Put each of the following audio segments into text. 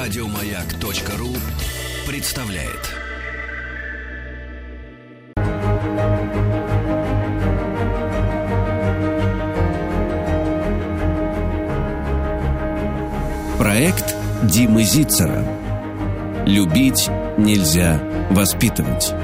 Радиомаяк.ру представляет. Проект Димы Зицера. Любить нельзя воспитывать.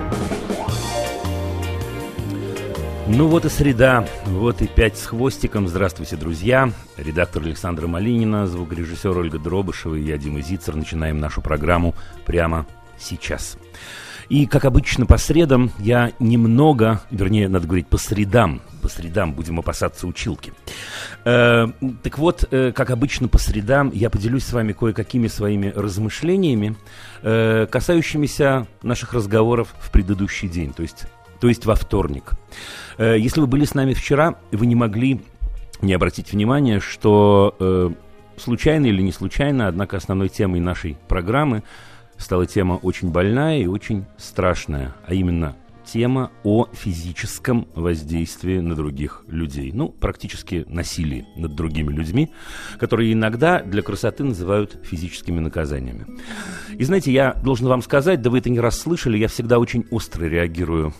Ну вот и среда, вот и 5 с хвостиком. Здравствуйте, друзья. Редактор Александра Малинина, звукорежиссер Ольга Дробышева и я, Дима Зицер. Начинаем нашу программу прямо сейчас. И, как обычно, по средам я немного, вернее, надо говорить, по средам будем опасаться училки. Так вот, как обычно, по средам я поделюсь с вами кое-какими своими размышлениями, касающимися наших разговоров в предыдущий день, то есть во вторник. Если вы были с нами вчера, вы не могли не обратить внимания, что случайно или не случайно, однако основной темой нашей программы стала тема очень больная и очень страшная, а именно тема о физическом воздействии на других людей. Ну, практически насилии над другими людьми, которые иногда для красоты называют физическими наказаниями. И знаете, я должен вам сказать, да вы это не раз слышали, я всегда очень остро реагирую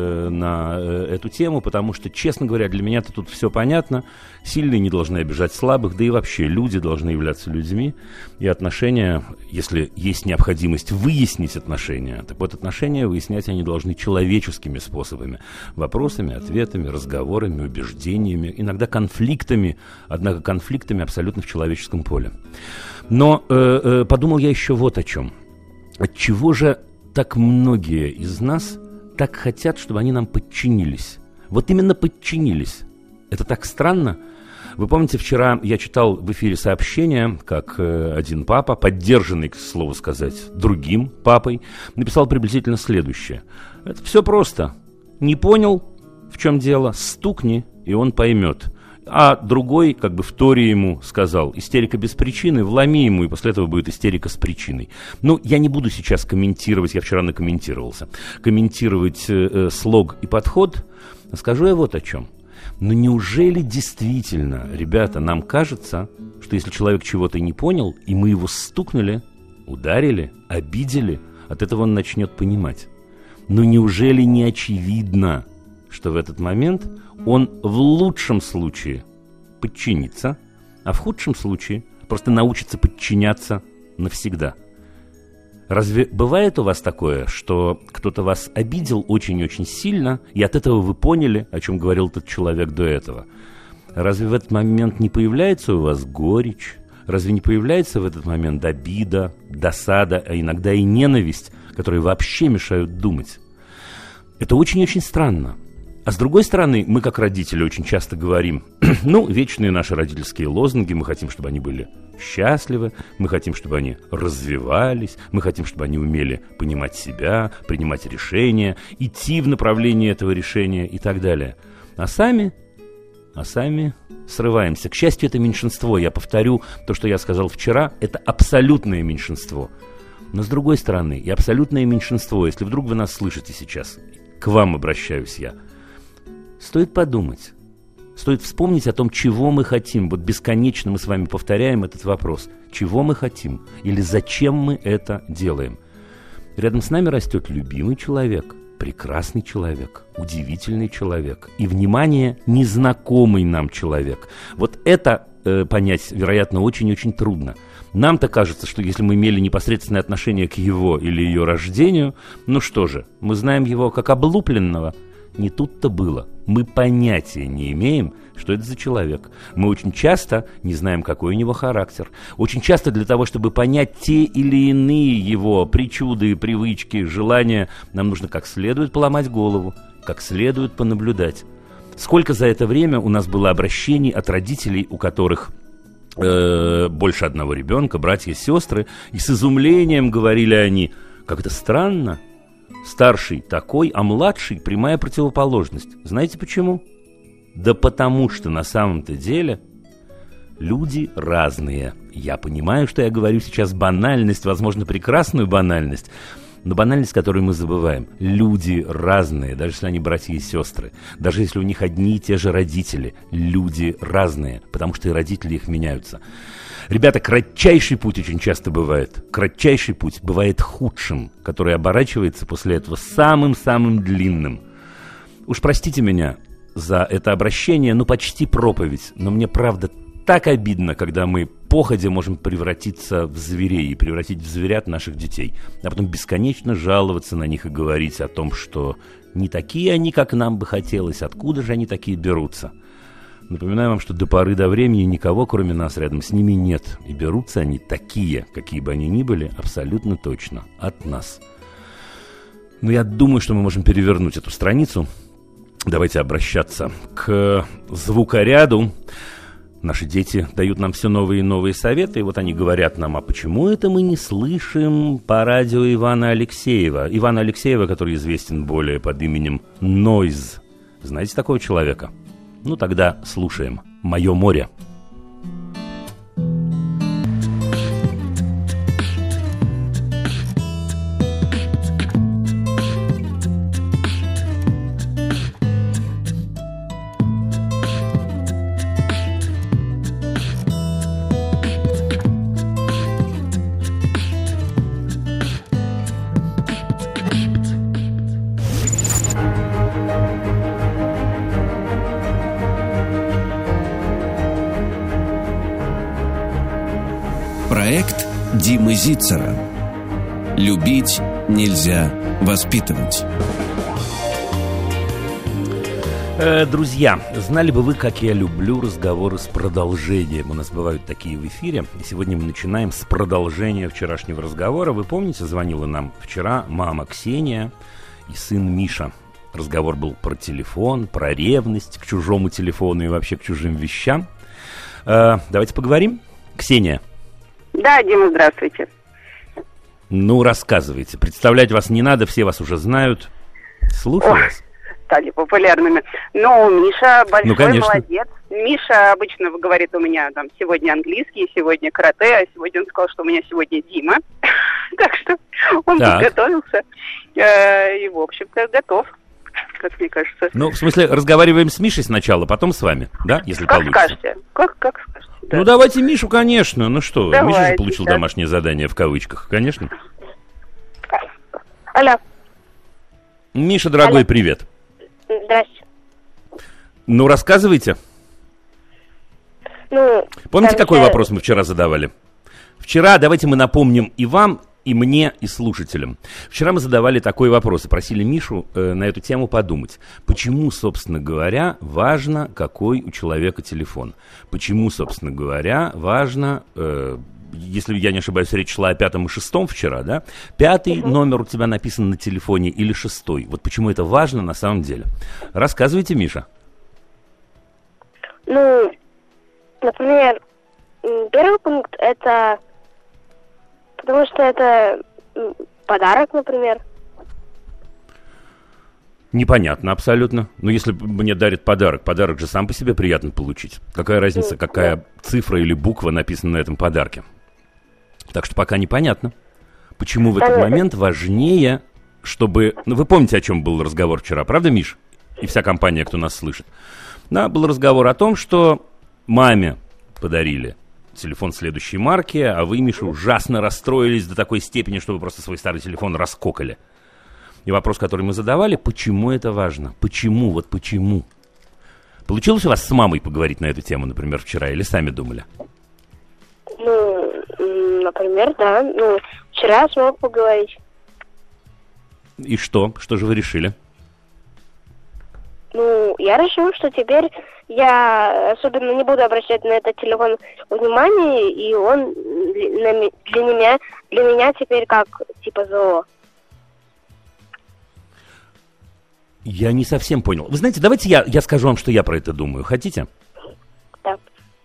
на эту тему, потому что, честно говоря, для меня-то тут все понятно. Сильные не должны обижать слабых, да и вообще люди должны являться людьми. И отношения, если есть необходимость выяснить отношения, так вот отношения выяснять они должны человеческими способами. Вопросами, ответами, разговорами, убеждениями, иногда конфликтами, однако конфликтами абсолютно в человеческом поле. Но подумал я еще вот о чем. Отчего же так многие из нас так хотят, чтобы они нам подчинились? Вот именно подчинились. Это так странно. Вы помните, вчера я читал в эфире сообщение, как один папа, поддержанный, к слову сказать, другим папой, написал приблизительно следующее. Это все просто. Не понял, в чем дело, стукни, и он поймет. А другой, как бы вторя ему, сказал, истерика без причины, вломи ему, и после этого будет истерика с причиной. Ну, я не буду сейчас комментировать, я вчера накомментировался, комментировать слог и подход, скажу я вот о чем. Но неужели действительно, ребята, нам кажется, что если человек чего-то не понял, и мы его стукнули, ударили, обидели, от этого он начнет понимать? Но неужели не очевидно, что в этот момент он в лучшем случае подчинится, а в худшем случае просто научится подчиняться навсегда? Разве бывает у вас такое, что кто-то вас обидел очень-очень сильно, и от этого вы поняли, о чем говорил этот человек до этого? Разве в этот момент не появляется у вас горечь? Разве не появляется в этот момент обида, досада, а иногда и ненависть, которые вообще мешают думать? Это очень-очень странно. А с другой стороны, мы как родители очень часто говорим, вечные наши родительские лозунги, мы хотим, чтобы они были счастливы, мы хотим, чтобы они развивались, мы хотим, чтобы они умели понимать себя, принимать решения, идти в направлении этого решения и так далее. А сами срываемся. К счастью, это меньшинство. Я повторю то, что я сказал вчера, это абсолютное меньшинство. Но с другой стороны, и абсолютное меньшинство, если вдруг вы нас слышите сейчас, к вам обращаюсь я, стоит подумать, стоит вспомнить о том, чего мы хотим. Вот бесконечно мы с вами повторяем этот вопрос. Чего мы хотим? Или зачем мы это делаем? Рядом с нами растет любимый человек, прекрасный человек, удивительный человек. И, внимание, незнакомый нам человек. Вот это понять, вероятно, очень-очень трудно. Нам-то кажется, что если мы имели непосредственное отношение к его или ее рождению, ну что же, мы знаем его как облупленного. Не тут-то было. Мы понятия не имеем, что это за человек. Мы очень часто не знаем, какой у него характер. Очень часто для того, чтобы понять те или иные его причуды, привычки, желания, нам нужно как следует поломать голову, как следует понаблюдать. Сколько за это время у нас было обращений от родителей, у которых больше одного ребенка, братья и сестры, и с изумлением говорили они, как это странно. Старший такой, а младший прямая противоположность. Знаете почему? Да потому что на самом-то деле люди разные. Я понимаю, что я говорю сейчас банальность, возможно, прекрасную банальность, Но банальность, которую мы забываем. Люди разные, даже если они братья и сестры. Даже если у них одни и те же родители. Люди разные, потому что и родители их меняются. Ребята, кратчайший путь очень часто бывает. Кратчайший путь бывает худшим, который оборачивается после этого самым-самым длинным. Уж простите меня за это обращение, почти проповедь. Но мне правда так обидно, когда мы походя можем превратиться в зверей и превратить в зверят наших детей. А потом бесконечно жаловаться на них и говорить о том, что не такие они, как нам бы хотелось, откуда же они такие берутся. Напоминаю вам, что до поры до времени никого, кроме нас, рядом с ними нет. И берутся они такие, какие бы они ни были, абсолютно точно от нас. Но я думаю, что мы можем перевернуть эту страницу. Давайте обращаться к звукоряду. Наши дети дают нам все новые и новые советы. И вот они говорят нам, а почему это мы не слышим по радио Ивана Алексеева? Ивана Алексеева, который известен более под именем Нойз. Знаете такого человека? Тогда слушаем «Мое море». Проект Димы Зицера. Любить нельзя воспитывать. Друзья, знали бы вы, как я люблю разговоры с продолжением. У нас бывают такие в эфире. И сегодня мы начинаем с продолжения вчерашнего разговора. Вы помните, звонила нам вчера мама Ксения и сын Миша. Разговор был про телефон, про ревность к чужому телефону и вообще к чужим вещам. Давайте поговорим. Ксения. Да, Дима, здравствуйте. Рассказывайте. Представлять вас не надо, все вас уже знают. Слушаю вас. Стали популярными. Миша большой молодец. Миша обычно говорит у меня сегодня английский, сегодня карате, а сегодня он сказал, что у меня сегодня Дима. Так что он подготовился и, в общем-то, готов, как мне кажется. В смысле, разговариваем с Мишей сначала, потом с вами, да, если как получится? Скажете. Как скажете. Да. Давайте Мишу, конечно. Давайте, Миша же получил домашнее задание в кавычках, конечно. Алло. Миша, дорогой, Алло. Привет. Здрасте. Рассказывайте. Помните, какой вопрос мы вчера задавали? Вчера, давайте мы напомним и вам, и мне, и слушателям. Вчера мы задавали такой вопрос и просили Мишу на эту тему подумать. Почему, собственно говоря, важно, какой у человека телефон? Почему, собственно говоря, важно, если я не ошибаюсь, речь шла о 5-м и 6-м вчера, да? 5-й номер у тебя написан на телефоне или 6-й? Вот почему это важно на самом деле? Рассказывайте, Миша. Например, первый пункт это... Потому что это подарок, например. Непонятно абсолютно. Но если мне дарят подарок же сам по себе приятно получить. Какая разница, какая цифра или буква написана на этом подарке? Так что пока непонятно. Почему в этот момент важнее, чтобы... Вы помните, о чем был разговор вчера, правда, Миш? И вся компания, кто нас слышит. Да, был разговор о том, что маме подарили телефон следующей марки, а вы, Миша, ужасно расстроились до такой степени, что вы просто свой старый телефон раскокали. И вопрос, который мы задавали, почему это важно? Почему? Вот почему? Получилось у вас с мамой поговорить на эту тему, например, вчера, или сами думали? Например, да. Вчера смог поговорить. И что? Что же вы решили? Я решил, что теперь я особенно не буду обращать на этот телефон внимания, и он для меня теперь как типа зло. Я не совсем понял. Вы знаете, давайте я скажу вам, что я про это думаю. Хотите? Да.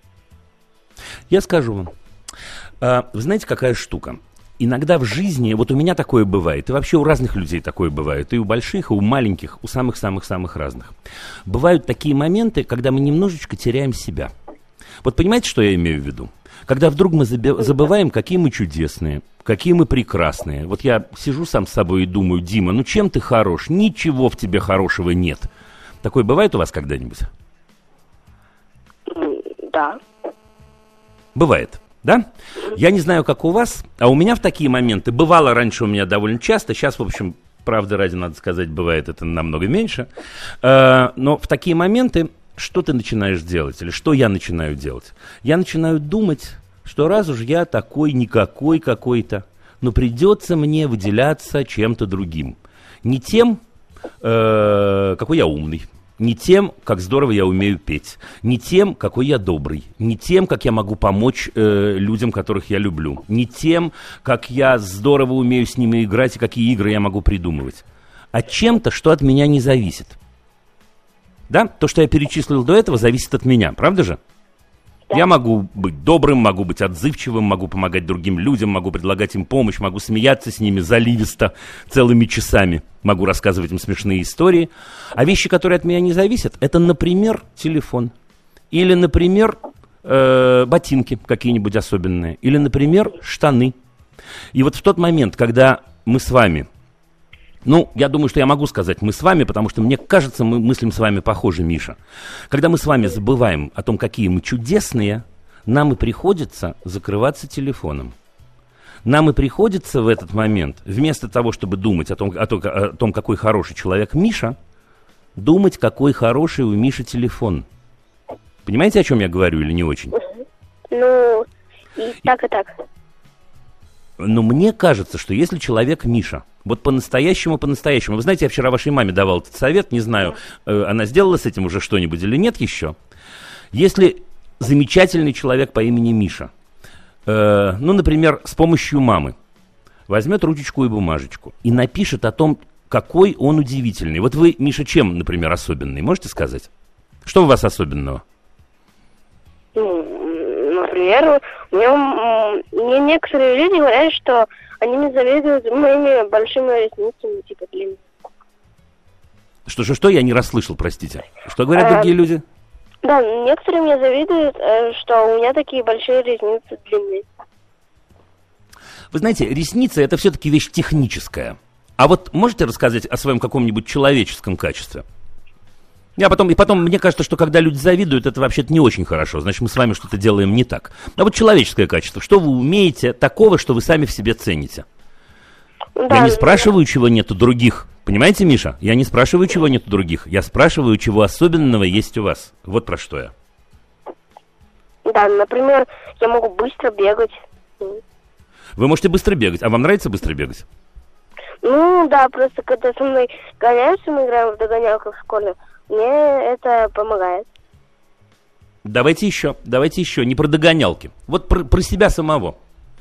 Я скажу вам. Вы знаете, какая штука? Иногда в жизни, вот у меня такое бывает, и вообще у разных людей такое бывает, и у больших, и у маленьких, у самых-самых-самых разных. Бывают такие моменты, когда мы немножечко теряем себя. Вот понимаете, что я имею в виду? Когда вдруг мы забываем, какие мы чудесные, какие мы прекрасные. Вот я сижу сам с собой и думаю: Дима, ну чем ты хорош? Ничего в тебе хорошего нет. Такое бывает у вас когда-нибудь? Да. Бывает, да? Я не знаю, как у вас, а у меня в такие моменты, бывало раньше у меня довольно часто, сейчас, в общем, правда ради, надо сказать, бывает это намного меньше, но в такие моменты что ты начинаешь делать, или что я начинаю делать? Я начинаю думать, что раз уж я такой никакой какой-то, но придется мне выделяться чем-то другим. Не тем, какой я умный, не тем, как здорово я умею петь, не тем, какой я добрый, не тем, как я могу помочь людям, которых я люблю, не тем, как я здорово умею с ними играть и какие игры я могу придумывать, а чем-то, что от меня не зависит. Да? То, что я перечислил до этого, зависит от меня, правда же? Да. Я могу быть добрым, могу быть отзывчивым, могу помогать другим людям, могу предлагать им помощь, могу смеяться с ними заливисто целыми часами, могу рассказывать им смешные истории. А вещи, которые от меня не зависят, это, например, телефон. Или, например, ботинки какие-нибудь особенные. Или, например, штаны. И вот в тот момент, когда мы с вами... Ну, я думаю, что я могу сказать «мы с вами», потому что, мне кажется, мы мыслим с вами похоже, Миша. Когда мы с вами забываем о том, какие мы чудесные, нам и приходится закрываться телефоном. Нам и приходится в этот момент, вместо того, чтобы думать о том, какой хороший человек Миша, думать, какой хороший у Миши телефон. Понимаете, о чем я говорю, или не очень? Ну, и так, и так. Но мне кажется, что если человек Миша, вот по-настоящему, вы знаете, я вчера вашей маме давал этот совет, не знаю, она сделала с этим уже что-нибудь или нет еще. Если замечательный человек по имени Миша, ну, например, с помощью мамы, возьмет ручечку и бумажечку и напишет о том, какой он удивительный. Вот вы, Миша, чем, например, особенный, можете сказать? Что у вас особенного? Например, мне некоторые люди говорят, что они мне завидуют моими большими ресницами, типа длинными. Что? Я не расслышал, простите. Что говорят другие люди? Да, некоторые мне завидуют, что у меня такие большие ресницы длинные. Вы знаете, ресницы — это все-таки вещь техническая. А вот можете рассказать о своем каком-нибудь человеческом качестве? И потом, мне кажется, что когда люди завидуют, это вообще-то не очень хорошо. Значит, мы с вами что-то делаем не так. А вот человеческое качество. Что вы умеете такого, что вы сами в себе цените? Да, я не спрашиваю, чего нет у других. Понимаете, Миша? Я не спрашиваю, чего нет у других. Я спрашиваю, чего особенного есть у вас. Вот про что я. Да, например, я могу быстро бегать. Вы можете быстро бегать. А вам нравится быстро бегать? Ну, да, просто когда со мной гоняются, мы играем в догонялках в школе, мне это помогает. Давайте еще, не про догонялки. Вот про себя самого.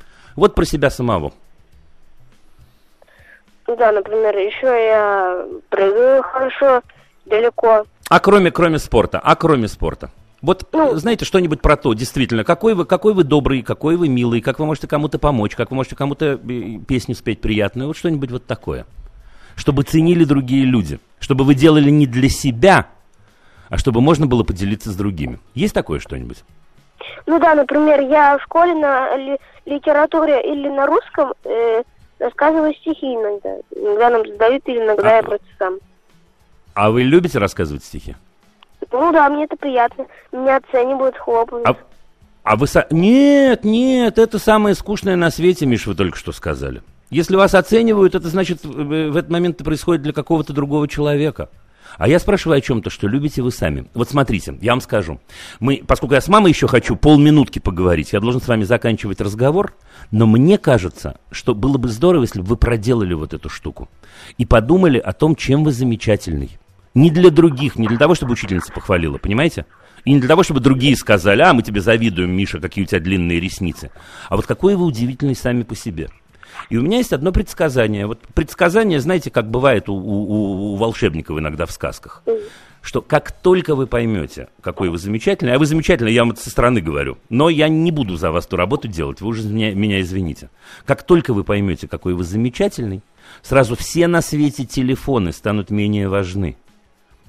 Да, например, еще я прыгаю хорошо, далеко. А кроме спорта? Вот, знаете, что-нибудь про то, действительно, какой вы добрый, какой вы милый, как вы можете кому-то помочь, как вы можете кому-то песню спеть приятную, вот что-нибудь вот такое. Чтобы ценили другие люди, чтобы вы делали не для себя, а чтобы можно было поделиться с другими. Есть такое что-нибудь? Ну да, например, я в школе на литературе или на русском рассказываю стихи иногда. Иногда нам задают, или иногда я просто сам. А вы любите рассказывать стихи? Ну да, мне это приятно. Меня оценивают, хлопают. А вы... Нет, это самое скучное на свете, Миш, вы только что сказали. Если вас оценивают, это значит, в этот момент это происходит для какого-то другого человека. А я спрашиваю о чем-то, что любите вы сами. Вот смотрите, я вам скажу. Поскольку я с мамой еще хочу полминутки поговорить, я должен с вами заканчивать разговор, но мне кажется, что было бы здорово, если бы вы проделали вот эту штуку и подумали о том, чем вы замечательный. Не для других, не для того, чтобы учительница похвалила, понимаете? И не для того, чтобы другие сказали: мы тебе завидуем, Миша, какие у тебя длинные ресницы. А вот какой вы удивительный сами по себе. И у меня есть одно предсказание. Вот предсказание, знаете, как бывает у волшебников иногда в сказках. Что как только вы поймете, какой вы замечательный, а вы замечательный, я вам это со стороны говорю, но я не буду за вас ту работу делать, вы уже меня извините. Как только вы поймете, какой вы замечательный, сразу все на свете телефоны станут менее важны.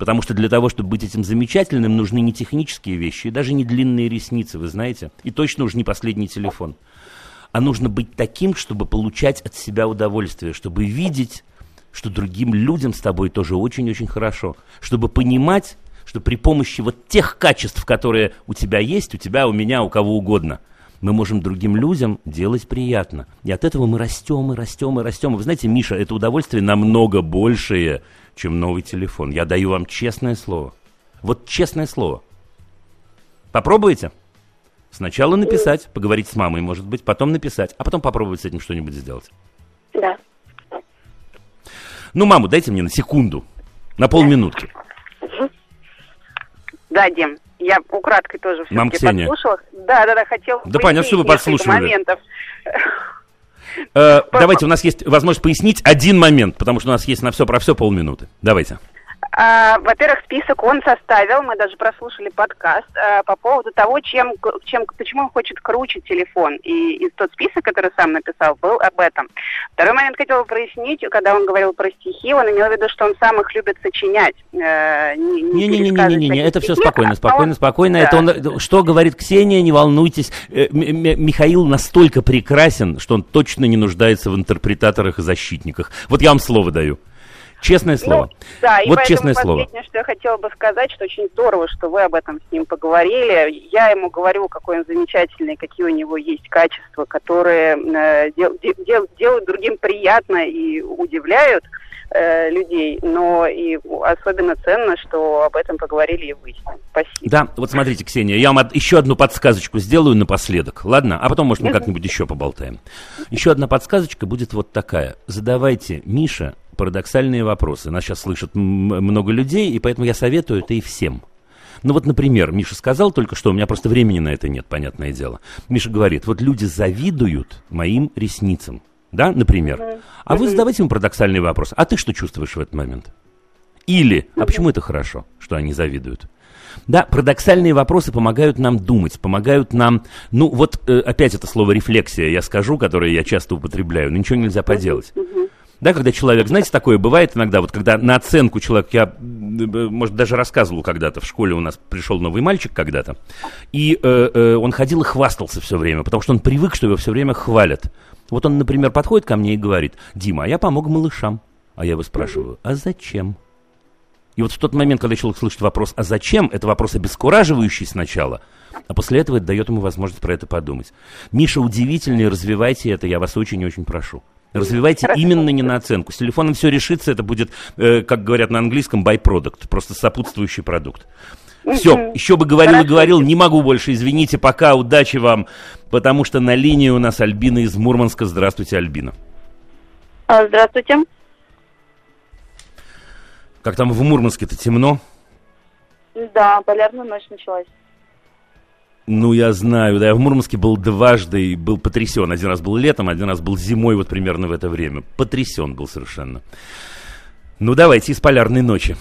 Потому что для того, чтобы быть этим замечательным, нужны не технические вещи, и даже не длинные ресницы, вы знаете. И точно уж не последний телефон. А нужно быть таким, чтобы получать от себя удовольствие, чтобы видеть, что другим людям с тобой тоже очень-очень хорошо. Чтобы понимать, что при помощи вот тех качеств, которые у тебя есть, у тебя, у меня, у кого угодно, мы можем другим людям делать приятно. И от этого мы растем, и растем, и растем. И вы знаете, Миша, это удовольствие намного большее, чем новый телефон. Я даю вам честное слово. Вот честное слово. Попробуйте. Сначала написать, поговорить с мамой, может быть, потом написать, а потом попробовать с этим что-нибудь сделать. Да. Ну, маму дайте мне на секунду, на полминутки. Да, Дим, я украдкой тоже все-таки подслушала. Да, хотел... Да, понятно, что вы подслушивали. Давайте, у нас есть возможность пояснить один момент, потому что у нас есть на все про все полминуты. Давайте. Во-первых, список он составил, мы даже прослушали подкаст по поводу того, почему он хочет круче телефон. И тот список, который сам написал, был об этом. Второй момент хотела прояснить, когда он говорил про стихи, он имел в виду, что он сам их любит сочинять. Не, это все спокойно. Это он, что говорит Ксения, не волнуйтесь. Михаил настолько прекрасен, что он точно не нуждается в интерпретаторах и защитниках. Вот я вам слово даю. Честное слово. Да, и вот поэтому честное слово. Последнее, что я хотела бы сказать, что очень здорово, что вы об этом с ним поговорили. Я ему говорю, какой он замечательный, какие у него есть качества, которые делают другим приятно и удивляют людей, но и особенно ценно, что об этом поговорили и вы. Спасибо. Да, вот смотрите, Ксения, я вам еще одну подсказочку сделаю напоследок, ладно? А потом, может, мы как-нибудь еще поболтаем. Еще одна подсказочка будет вот такая. Задавайте Мише парадоксальные вопросы. Нас сейчас слышат много людей, и поэтому я советую это и всем. Ну вот, например, Миша сказал только что, у меня просто времени на это нет, понятное дело. Миша говорит, вот люди завидуют моим ресницам, да, например. А вы задавайте ему парадоксальный вопрос. А ты что чувствуешь в этот момент? Или, а почему это хорошо, что они завидуют? Да, парадоксальные вопросы помогают нам думать, помогают нам, ну вот опять это слово рефлексия я скажу, которое я часто употребляю, но ничего нельзя поделать. Да, когда человек, знаете, такое бывает иногда, вот когда на оценку человек, я, может, даже рассказывал когда-то, в школе у нас пришел новый мальчик когда-то, и он ходил и хвастался все время, потому что он привык, что его все время хвалят. Вот он, например, подходит ко мне и говорит: Дима, а я помог малышам. А я его спрашиваю: а зачем? И вот в тот момент, когда человек слышит вопрос «а зачем?», это вопрос обескураживающий сначала, а после этого это дает ему возможность про это подумать. Миша удивительный, развивайте это, я вас очень-очень прошу. Развивайте именно не на оценку. С телефоном все решится, это будет, как говорят на английском, byproduct, просто сопутствующий продукт. Все, еще бы говорил, не могу больше, извините, пока, удачи вам, потому что на линии у нас Альбина из Мурманска. Здравствуйте, Альбина. Здравствуйте. Как там в Мурманске-то темно? Да, полярная ночь началась. Ну, я знаю, да, я в Мурманске был дважды и был потрясен. Один раз был летом, один раз был зимой, вот примерно в это время. Потрясен был совершенно. Ну, давайте из полярной ночи.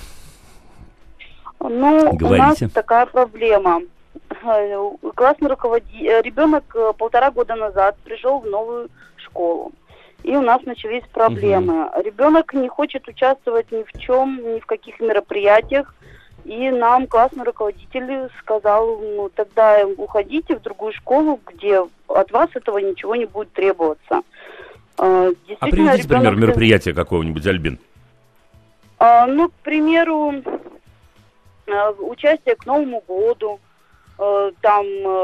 Ну, говорите. У нас такая проблема. Классный руководитель, ребенок 1,5 года назад пришел в новую школу. И у нас начались проблемы. Ребенок не хочет участвовать ни в чем, ни в каких мероприятиях. И нам классный руководитель сказал: ну, тогда уходите в другую школу, где от вас этого ничего не будет требоваться. А приведите пример мероприятия какого-нибудь, Альбин. Ну, к примеру, участие к Новому году, там...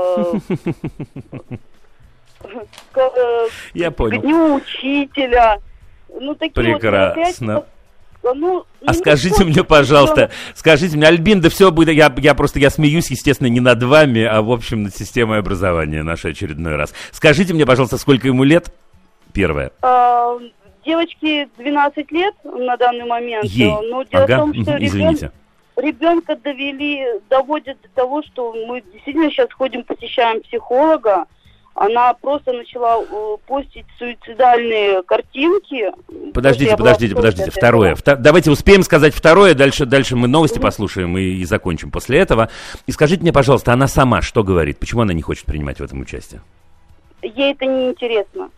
Я понял. К Дню учителя. Ну, такие прекрасно. Вот а скажите мне, пожалуйста, скажите мне, Альбин, да все будет, я смеюсь, естественно, не над вами, а в общем над системой образования нашей очередной раз. Скажите мне, пожалуйста, сколько ему лет? Первое. Девочке 12 лет на данный момент. Ей? Но дело в том, что извините. Ребенка доводят до того, что мы действительно сейчас посещаем психолога. Она просто начала постить суицидальные картинки. Подождите. Второе. Давайте успеем сказать второе, дальше мы новости послушаем и закончим после этого. И скажите мне, пожалуйста, она сама что говорит? Почему она не хочет принимать в этом участие? Ей это не интересно.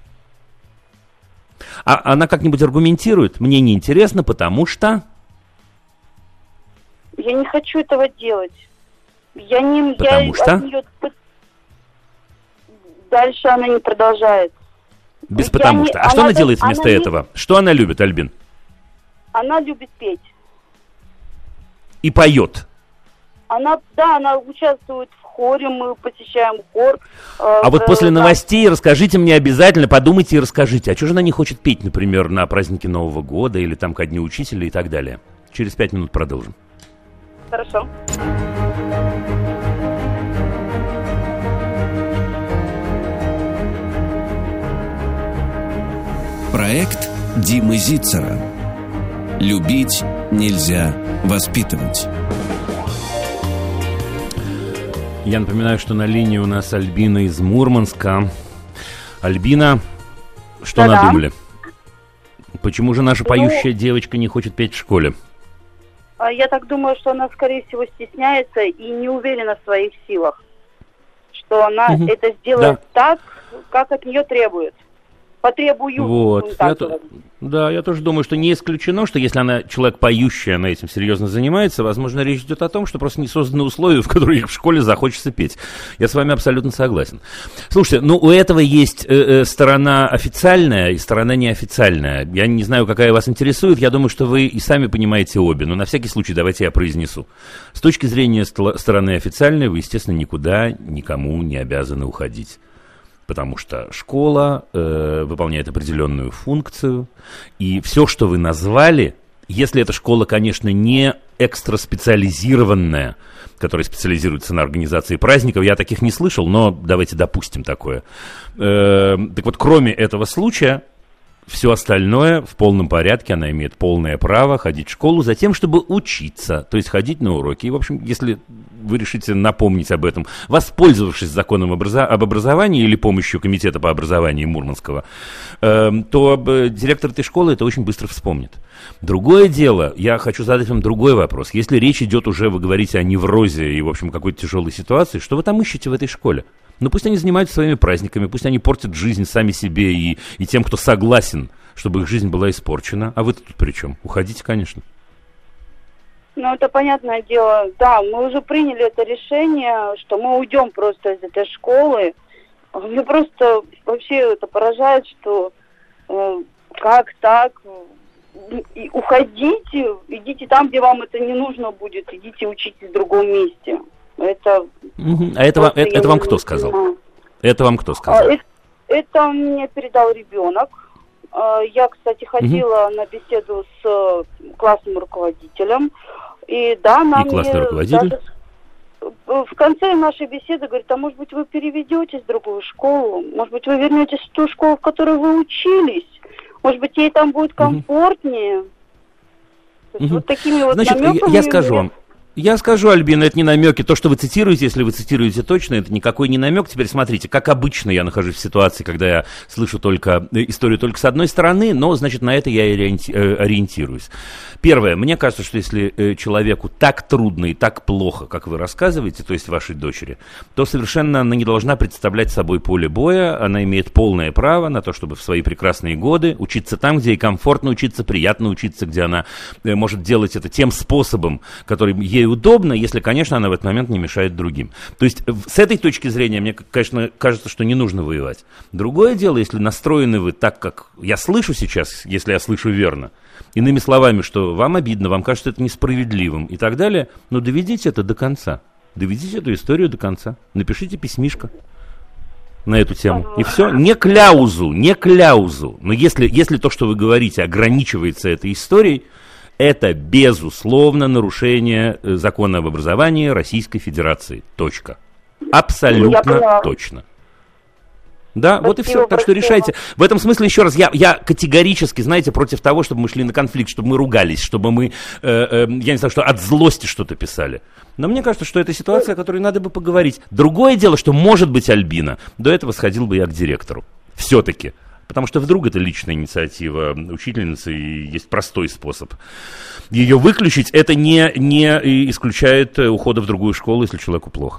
А она как-нибудь аргументирует? Мне не интересно, потому что... Я не хочу этого делать. Потому что? Дальше она не продолжает. Без потому что. А что она делает вместо этого? Что она любит, Альбин? Она любит петь. И поет. Она участвует в хоре, мы посещаем хор. А вот после новостей расскажите мне обязательно, подумайте и расскажите, а что же она не хочет петь, например, на празднике Нового года или там ко Дню Учителя и так далее? Через 5 минут продолжим. Хорошо. Проект Димы Зицера. Любить нельзя воспитывать. Я напоминаю, что на линии у нас Альбина из Мурманска. Альбина, что надумали? Почему же наша поющая девочка не хочет петь в школе? Я так думаю, что она, скорее всего, стесняется и не уверена в своих силах. Что она это сделает так, как от нее требует. Потребую. Вот. Я тоже думаю, что не исключено, что если она человек поющий, она этим серьезно занимается, возможно, речь идет о том, что просто не созданы условия, в которых в школе захочется петь. Я с вами абсолютно согласен. Слушайте, у этого есть сторона официальная и сторона неофициальная. Я не знаю, какая вас интересует, я думаю, что вы и сами понимаете обе, но на всякий случай давайте я произнесу. С точки зрения стороны официальной, вы, естественно, никуда никому не обязаны уходить. Потому что школа выполняет определенную функцию, и все, что вы назвали, если эта школа, конечно, не экстраспециализированная, которая специализируется на организации праздников, я таких не слышал, но давайте допустим такое. Так вот, кроме этого случая, все остальное в полном порядке, она имеет полное право ходить в школу за тем, чтобы учиться, то есть ходить на уроки. И, в общем, если вы решите напомнить об этом, воспользовавшись законом об образовании или помощью комитета по образованию Мурманского, то директор этой школы это очень быстро вспомнит. Другое дело, я хочу задать вам другой вопрос. Если речь идет уже, вы говорите о неврозе и, в общем, какой-то тяжелой ситуации, что вы там ищете в этой школе? Ну, пусть они занимаются своими праздниками, пусть они портят жизнь сами себе и тем, кто согласен, чтобы их жизнь была испорчена. А вы-то тут при чем? Уходите, конечно. Ну, это понятное дело. Да, мы уже приняли это решение, что мы уйдем просто из этой школы. Мне просто вообще это поражает, что как так? Уходите, идите там, где вам это не нужно будет, идите учитесь в другом месте. Это вам кто сказал? Это вам кто сказал? Это мне передал ребенок. Я, кстати, ходила на беседу с классным руководителем. И да, нам классный руководитель? В конце нашей беседы говорит, а может быть вы переведетесь в другую школу? Может быть вы вернетесь в ту школу, в которой вы учились? Может быть ей там будет комфортнее? Вот такими вот намеками. Я скажу вам. Я скажу, Альбина, это не намеки. То, что вы цитируете, если вы цитируете точно, это никакой не намек. Теперь смотрите, как обычно я нахожусь в ситуации, когда я слышу историю только с одной стороны, но, значит, на это я и ориентируюсь. Первое, мне кажется, что если человеку так трудно и так плохо, как вы рассказываете, то есть вашей дочери, то совершенно она не должна представлять собой поле боя, она имеет полное право на то, чтобы в свои прекрасные годы учиться там, где ей комфортно учиться, приятно учиться, где она может делать это тем способом, который ей удобно, если, конечно, она в этот момент не мешает другим. То есть с этой точки зрения мне, конечно, кажется, что не нужно воевать. Другое дело, если настроены вы так, как я слышу сейчас, если я слышу верно, иными словами, что вам обидно, вам кажется это несправедливым и так далее, но доведите это до конца. Доведите эту историю до конца. Напишите письмишко на эту тему. И все. Не кляузу. Но если то, что вы говорите, ограничивается этой историей, это, безусловно, нарушение закона об образовании Российской Федерации. Точка. Абсолютно точно. Да, спасибо, вот и все. Так что решайте. В этом смысле, еще раз, я категорически, знаете, против того, чтобы мы шли на конфликт, чтобы мы ругались, чтобы мы, я не знаю, что от злости что-то писали. Но мне кажется, что это ситуация, о которой надо бы поговорить. Другое дело, что, может быть, Альбина, до этого сходил бы я к директору. Все-таки. Потому что вдруг это личная инициатива учительницы, и есть простой способ ее выключить. Это не исключает ухода в другую школу, если человеку плохо.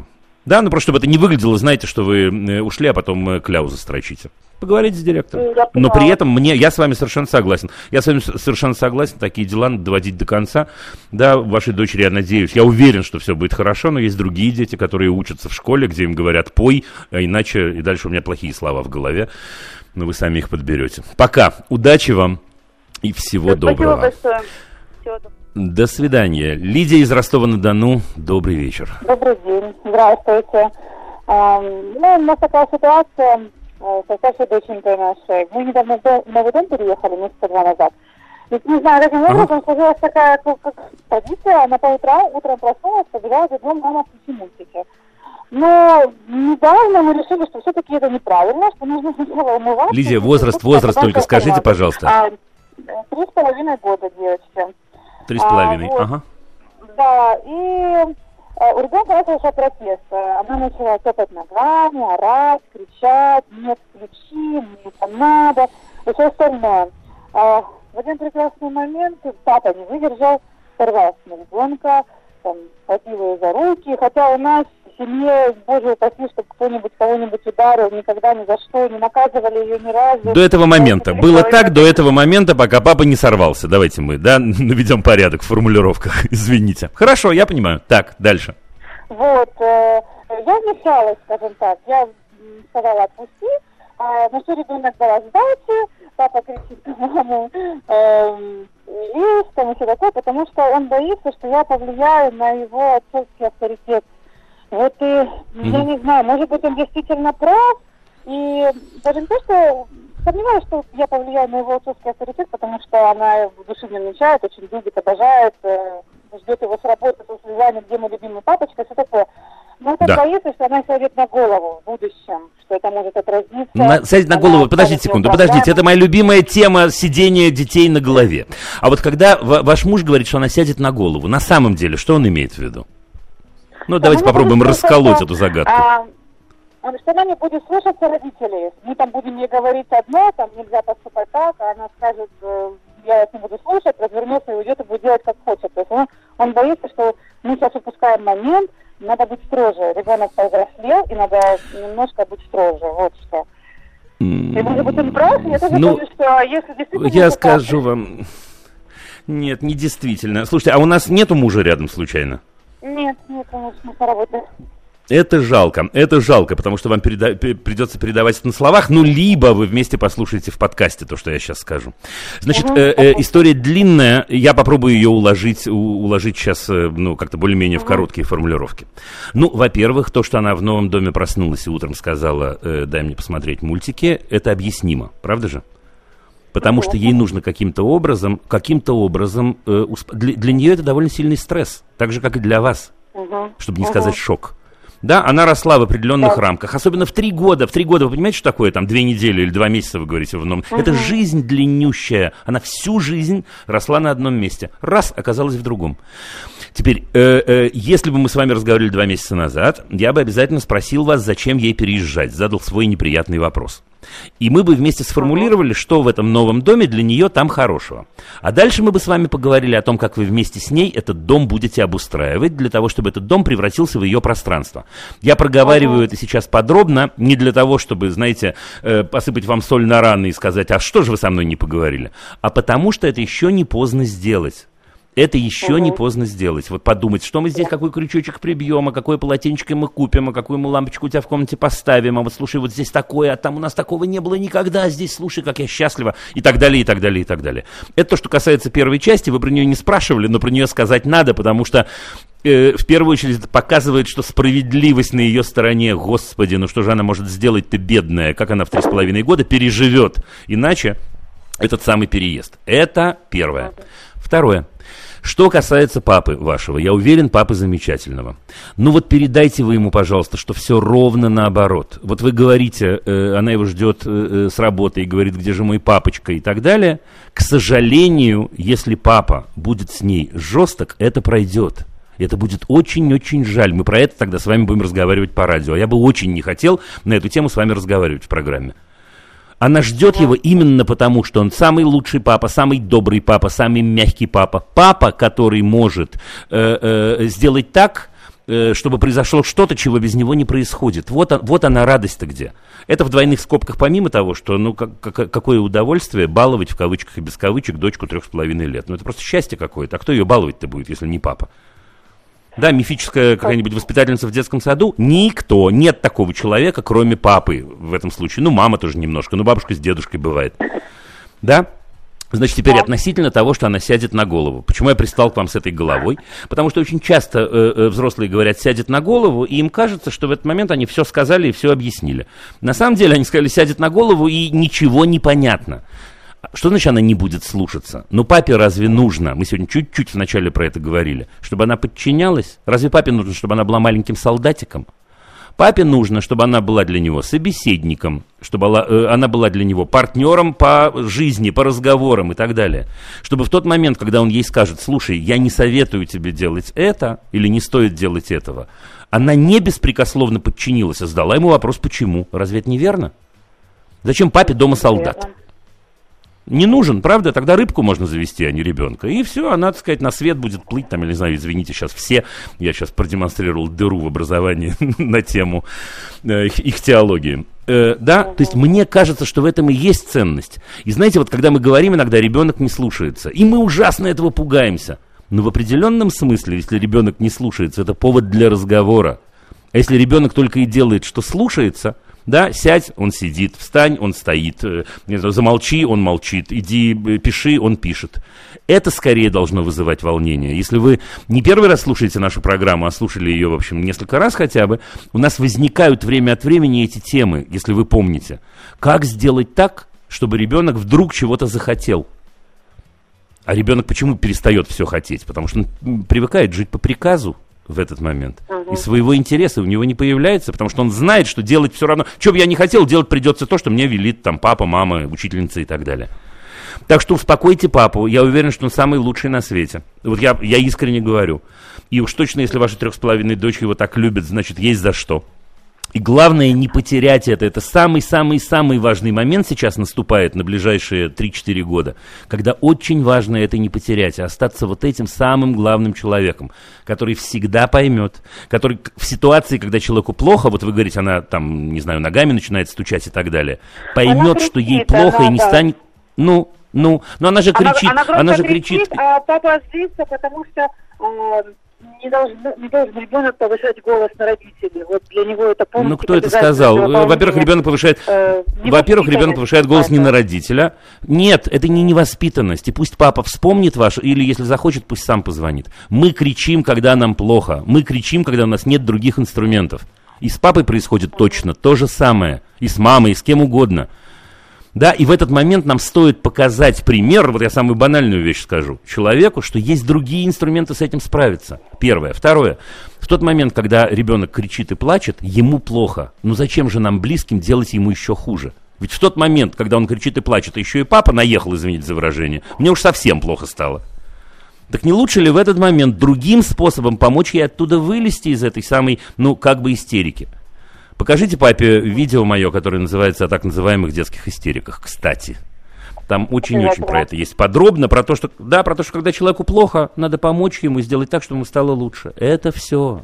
Да, ну просто чтобы это не выглядело, знаете, что вы ушли, а потом кляузы строчите. Поговорите с директором. Но при этом я с вами совершенно согласен. Такие дела надо доводить до конца. Да, вашей дочери, я надеюсь, я уверен, что все будет хорошо, но есть другие дети, которые учатся в школе, где им говорят «пой», а иначе, и дальше у меня плохие слова в голове, но вы сами их подберете. Пока. Удачи вам и всего доброго. Спасибо большое. Всего доброго. До свидания. Лидия из Ростова-на-Дону. Добрый вечер. Добрый день. Здравствуйте. У нас такая ситуация со старшей доченькой нашей. Мы недавно в новый дом переехали, месяца 2 назад. И, не знаю, каким образом сложилась такая как традиция. Она утром проснулась, побежала за днем, мама, включи мультики. Но недавно мы решили, что все-таки это неправильно, что нужно сначала умываться. Лидия, возраст только скажите, пожалуйста. 3,5 года девочки. 3,5, вот. Ага. Да, и у ребенка начался протест. Она начала топать ногами, орать, кричать, нет, включи, мне это надо, и все остальное. В один прекрасный момент папа не выдержал, сорвал с ребенка, схватил ее за руки, хотя у нас в семье, боже упаси, чтобы кто-нибудь кого-нибудь ударил, никогда ни за что, не наказывали ее ни разу. До этого момента. Было так до этого момента, пока папа не сорвался. Давайте мы, наведем порядок в формулировках. Извините. Хорошо, я понимаю. Так, дальше. Вот, я вмешалась, скажем так. Я сказала отпусти, на что ребенок дала сдачи, папа кричит на маму, и все такое, потому что он боится, что я повлияю на его отцовский авторитет. Вот и я не знаю, может быть, он действительно прав, и даже не то, что сомневаюсь, что я повлияю на его отцовский авторитет, потому что она в душе не намечает, очень любит, обожает, ждет его с работы, со слезами, где мой любимый папочка, все такое. Но это боится, что она сядет на голову в будущем, что это может отразиться. Сядет на голову, подождите секунду, это моя любимая тема сидения детей на голове. А вот когда ваш муж говорит, что она сядет на голову, на самом деле, что он имеет в виду? Ну, давайте попробуем расколоть эту загадку. Что она не будет слушаться родителей. Мы там будем ей говорить одно, там нельзя поступать так, а она скажет, я не буду слушать, развернется и уйдет и будет делать как хочет. То есть он боится, что мы сейчас упускаем момент, надо быть строже. Ребенок повзрослел, и надо немножко быть строже. Вот что. И может быть он прав, я тоже думаю, что если действительно... Я скажу вам... Нет, не действительно. Слушайте, а у нас нету мужа рядом случайно? Нет, конечно, на работе. Это жалко, потому что вам придется передавать это на словах, либо вы вместе послушаете в подкасте то, что я сейчас скажу. Значит, история длинная, я попробую ее уложить сейчас, как-то более-менее в короткие формулировки. Во-первых, то, что она в новом доме проснулась и утром сказала, дай мне посмотреть мультики, это объяснимо, правда же? Потому что ей нужно каким-то образом, для нее это довольно сильный стресс, так же, как и для вас, чтобы не сказать шок. Да, она росла в определенных рамках, особенно в 3 года. В 3 года, вы понимаете, что такое, 2 недели или 2 месяца, вы говорите, в одном. Это жизнь длиннющая, она всю жизнь росла на одном месте. Раз, оказалась в другом. Теперь, если бы мы с вами разговаривали 2 месяца назад, я бы обязательно спросил вас, зачем ей переезжать, задал свой неприятный вопрос. И мы бы вместе сформулировали, что в этом новом доме для нее там хорошего. А дальше мы бы с вами поговорили о том, как вы вместе с ней этот дом будете обустраивать, для того, чтобы этот дом превратился в ее пространство. Я проговариваю это сейчас подробно, не для того, чтобы, знаете, посыпать вам соль на раны и сказать, а что же вы со мной не поговорили? А потому что это еще не поздно сделать. Это еще не поздно сделать. Вот подумать, что мы здесь, какой крючочек прибьем, а какое полотенечко мы купим, а какую мы лампочку у тебя в комнате поставим, а вот слушай, вот здесь такое, а там у нас такого не было никогда, а здесь слушай, как я счастлива, и так далее, и так далее, и так далее. Это то, что касается первой части, вы про нее не спрашивали, но про нее сказать надо, потому что в первую очередь это показывает, что справедливость на ее стороне. Господи, что же она может сделать-то, бедная, как она в 3,5 года переживет, иначе этот самый переезд. Это первое. Второе. Что касается папы вашего, я уверен, папы замечательного. Передайте вы ему, пожалуйста, что все ровно наоборот. Вот вы говорите, она его ждет с работы и говорит, где же мой папочка и так далее. К сожалению, если папа будет с ней жесток, это пройдет. Это будет очень-очень жаль. Мы про это тогда с вами будем разговаривать по радио. А я бы очень не хотел на эту тему с вами разговаривать в программе. Она ждет его именно потому, что он самый лучший папа, самый добрый папа, самый мягкий папа. Папа, который может сделать так, чтобы произошло что-то, чего без него не происходит. Вот она радость-то где. Это в двойных скобках, помимо того, что, какое удовольствие баловать, в кавычках и без кавычек, дочку 3,5 лет. Это просто счастье какое-то. А кто ее баловать-то будет, если не папа? Да, мифическая какая-нибудь воспитательница в детском саду? Никто. Нет такого человека, кроме папы в этом случае. Мама тоже немножко, бабушка с дедушкой бывает. Да? Значит, теперь относительно того, что она сядет на голову. Почему я пристал к вам с этой головой? Потому что очень часто взрослые говорят, сядет на голову, и им кажется, что в этот момент они все сказали и все объяснили. На самом деле они сказали, сядет на голову, и ничего не понятно. Что значит она не будет слушаться? Папе разве нужно, мы сегодня чуть-чуть вначале про это говорили, чтобы она подчинялась? Разве папе нужно, чтобы она была маленьким солдатиком? Папе нужно, чтобы она была для него собеседником, чтобы она была для него партнером по жизни, по разговорам и так далее. Чтобы в тот момент, когда он ей скажет, слушай, я не советую тебе делать это, или не стоит делать этого, она не беспрекословно подчинилась, а задала ему вопрос, почему. Разве это неверно? Зачем папе дома солдат? Не нужен, правда? Тогда рыбку можно завести, а не ребенка. И все, она, так сказать, на свет будет плыть, там, я не знаю, извините, сейчас все. Я сейчас продемонстрировал дыру в образовании на тему их теологии. Да, то есть мне кажется, что в этом и есть ценность. И знаете, вот когда мы говорим иногда, ребенок не слушается, и мы ужасно этого пугаемся. Но в определенном смысле, если ребенок не слушается, это повод для разговора. А если ребенок только и делает, что слушается... Да, сядь, он сидит, встань, он стоит, замолчи, он молчит, иди, пиши, он пишет. Это скорее должно вызывать волнение. Если вы не первый раз слушаете нашу программу, а слушали ее, в общем, несколько раз хотя бы, у нас возникают время от времени эти темы, если вы помните. Как сделать так, чтобы ребенок вдруг чего-то захотел? А ребенок почему перестает все хотеть? Потому что он привыкает жить по приказу в этот момент. И своего интереса у него не появляется, потому что он знает, что делать все равно. Что бы я ни хотел, делать придется то, что мне велит там папа, мама, учительница и так далее. Так что успокойте папу. Я уверен, что он самый лучший на свете. Вот я искренне говорю. И уж точно, если ваши 3,5 дочки его так любят, значит, есть за что. И главное не потерять это. Это самый-самый-самый важный момент сейчас наступает на ближайшие 3-4 года, когда очень важно это не потерять, а остаться вот этим самым главным человеком, который всегда поймет, который в ситуации, когда человеку плохо, вот вы говорите, она там, не знаю, ногами начинает стучать и так далее, поймет, что ей плохо и не станет... но она же кричит, она же кричит. А папа злится, потому что... Не должен ребенок повышать голос на родителей. Вот для него это полностью... кто это сказал? Во-первых, ребенок повышает голос не на родителя. Нет, это не невоспитанность. И пусть папа вспомнит или если захочет, пусть сам позвонит. Мы кричим, когда нам плохо. Мы кричим, когда у нас нет других инструментов. И с папой происходит точно то же самое. И с мамой, и с кем угодно. Да, и в этот момент нам стоит показать пример, вот я самую банальную вещь скажу, человеку, что есть другие инструменты с этим справиться. Первое. Второе. В тот момент, когда ребенок кричит и плачет, ему плохо. Зачем же нам, близким, делать ему еще хуже? Ведь в тот момент, когда он кричит и плачет, а еще и папа наехал, извините за выражение, мне уж совсем плохо стало. Так не лучше ли в этот момент другим способом помочь ей оттуда вылезти из этой самой, истерики? Покажите папе видео мое, которое называется «О так называемых детских истериках», кстати. Там очень-очень про это есть подробно, про то, что когда человеку плохо, надо помочь ему сделать так, чтобы ему стало лучше. Это все.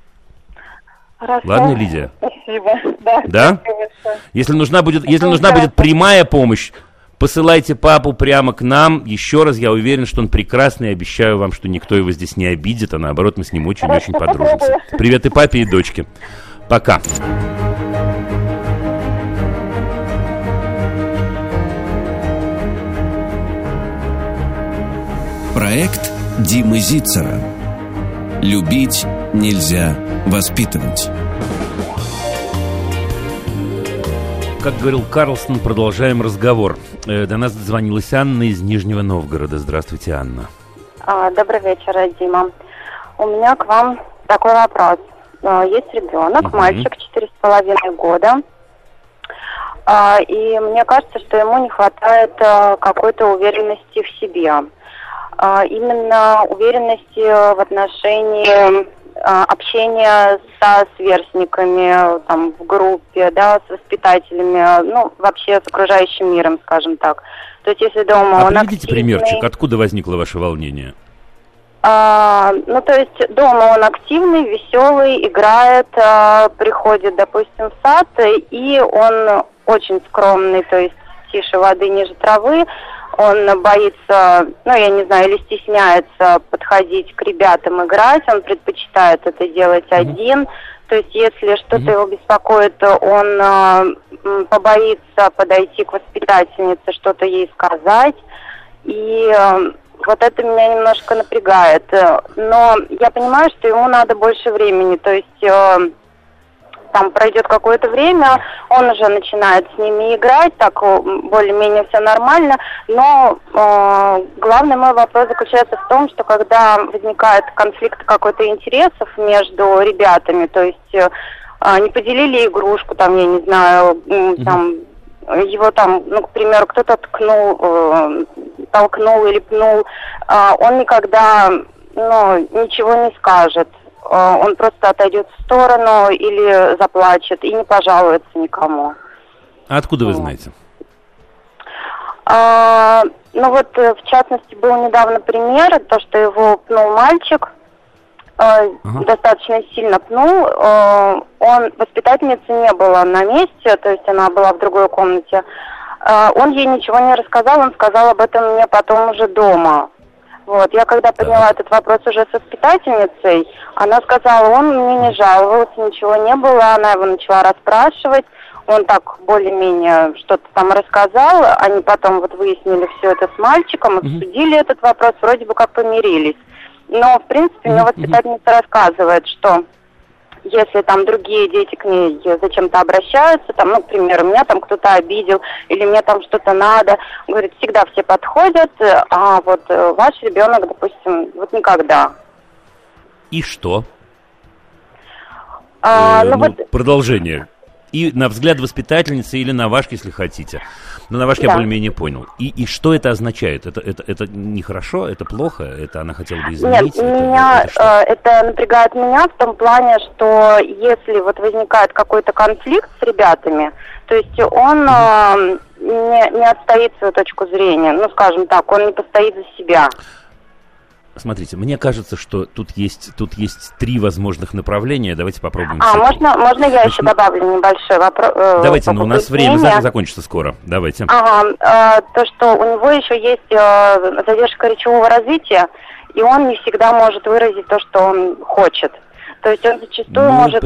Хорошо. Ладно, Лидия? Спасибо. Да? Если нужна будет прямая помощь, посылайте папу прямо к нам. Еще раз, я уверен, что он прекрасный, и обещаю вам, что никто его здесь не обидит, а наоборот, мы с ним очень-очень подружимся. Привет и папе, и дочке. Пока. Проект Димы Зицера. Любить нельзя воспитывать. Как говорил Карлсон, продолжаем разговор. До нас дозвонилась Анна из Нижнего Новгорода. Здравствуйте, Анна. Добрый вечер, Дима. У меня к вам такой вопрос. Есть ребенок, мальчик, 4,5 года. И мне кажется, что ему не хватает какой-то уверенности в себе. Именно уверенности в отношении общения со сверстниками, там, в группе, да, с воспитателями, вообще с окружающим миром, скажем так. То есть, если дома он приведите примерчик, откуда возникло ваше волнение? Ну, то есть дома он активный, веселый, играет, приходит, допустим, в сад, и он очень скромный, то есть тише воды, ниже травы. Он боится, ну, я не знаю, или стесняется подходить к ребятам играть, он предпочитает это делать один. То есть если что-то его беспокоит, он побоится подойти к воспитательнице, что-то ей сказать. И вот это меня немножко напрягает. Но я понимаю, что ему надо больше времени. То есть там пройдет какое-то время, он уже начинает с ними играть, так более-менее все нормально. Но главный мой вопрос заключается в том, что когда возникает конфликт какой-то интересов между ребятами, то есть не поделили игрушку, там, я не знаю, там его там, ну, к примеру, кто-то толкнул или пнул, он никогда, ну, ничего не скажет. Он просто отойдет в сторону или заплачет и не пожалуется никому. А откуда вы знаете? Ну вот, в частности, был недавно пример, то, что его пнул мальчик, достаточно сильно пнул. Воспитательницы не было на месте, то есть она была в другой комнате. Он ей ничего не рассказал, он сказал об этом мне потом уже дома. Вот, я когда подняла этот вопрос уже с воспитательницей, она сказала, он мне не жаловался, ничего не было, она его начала расспрашивать, он так более-менее что-то там рассказал, они потом вот выяснили все это с мальчиком, обсудили этот вопрос, вроде бы как помирились. Но, в принципе, мне воспитательница рассказывает, что если там другие дети к ней зачем-то обращаются, там, ну, к примеру, меня там кто-то обидел, или мне там что-то надо, говорит, всегда все подходят, а вот ваш ребенок, допустим, вот никогда. И что? Вот... Продолжение. И на взгляд воспитательницы или на ваш, если хотите. Но на ваш я более-менее понял. И что это означает? Это нехорошо? Это плохо? Это она хотела бы изменить? Нет, это напрягает меня в том плане, что если вот возникает какой-то конфликт с ребятами, то есть он не отстоит свою точку зрения, ну, скажем так, он не постоит за себя. Смотрите, мне кажется, что тут есть 3 возможных направления. Давайте попробуем. Можно я еще добавлю небольшой вопрос? Давайте, но у нас время закончится скоро. Давайте. То, что у него еще есть задержка речевого развития, и он не всегда может выразить то, что он хочет. То есть он зачастую может...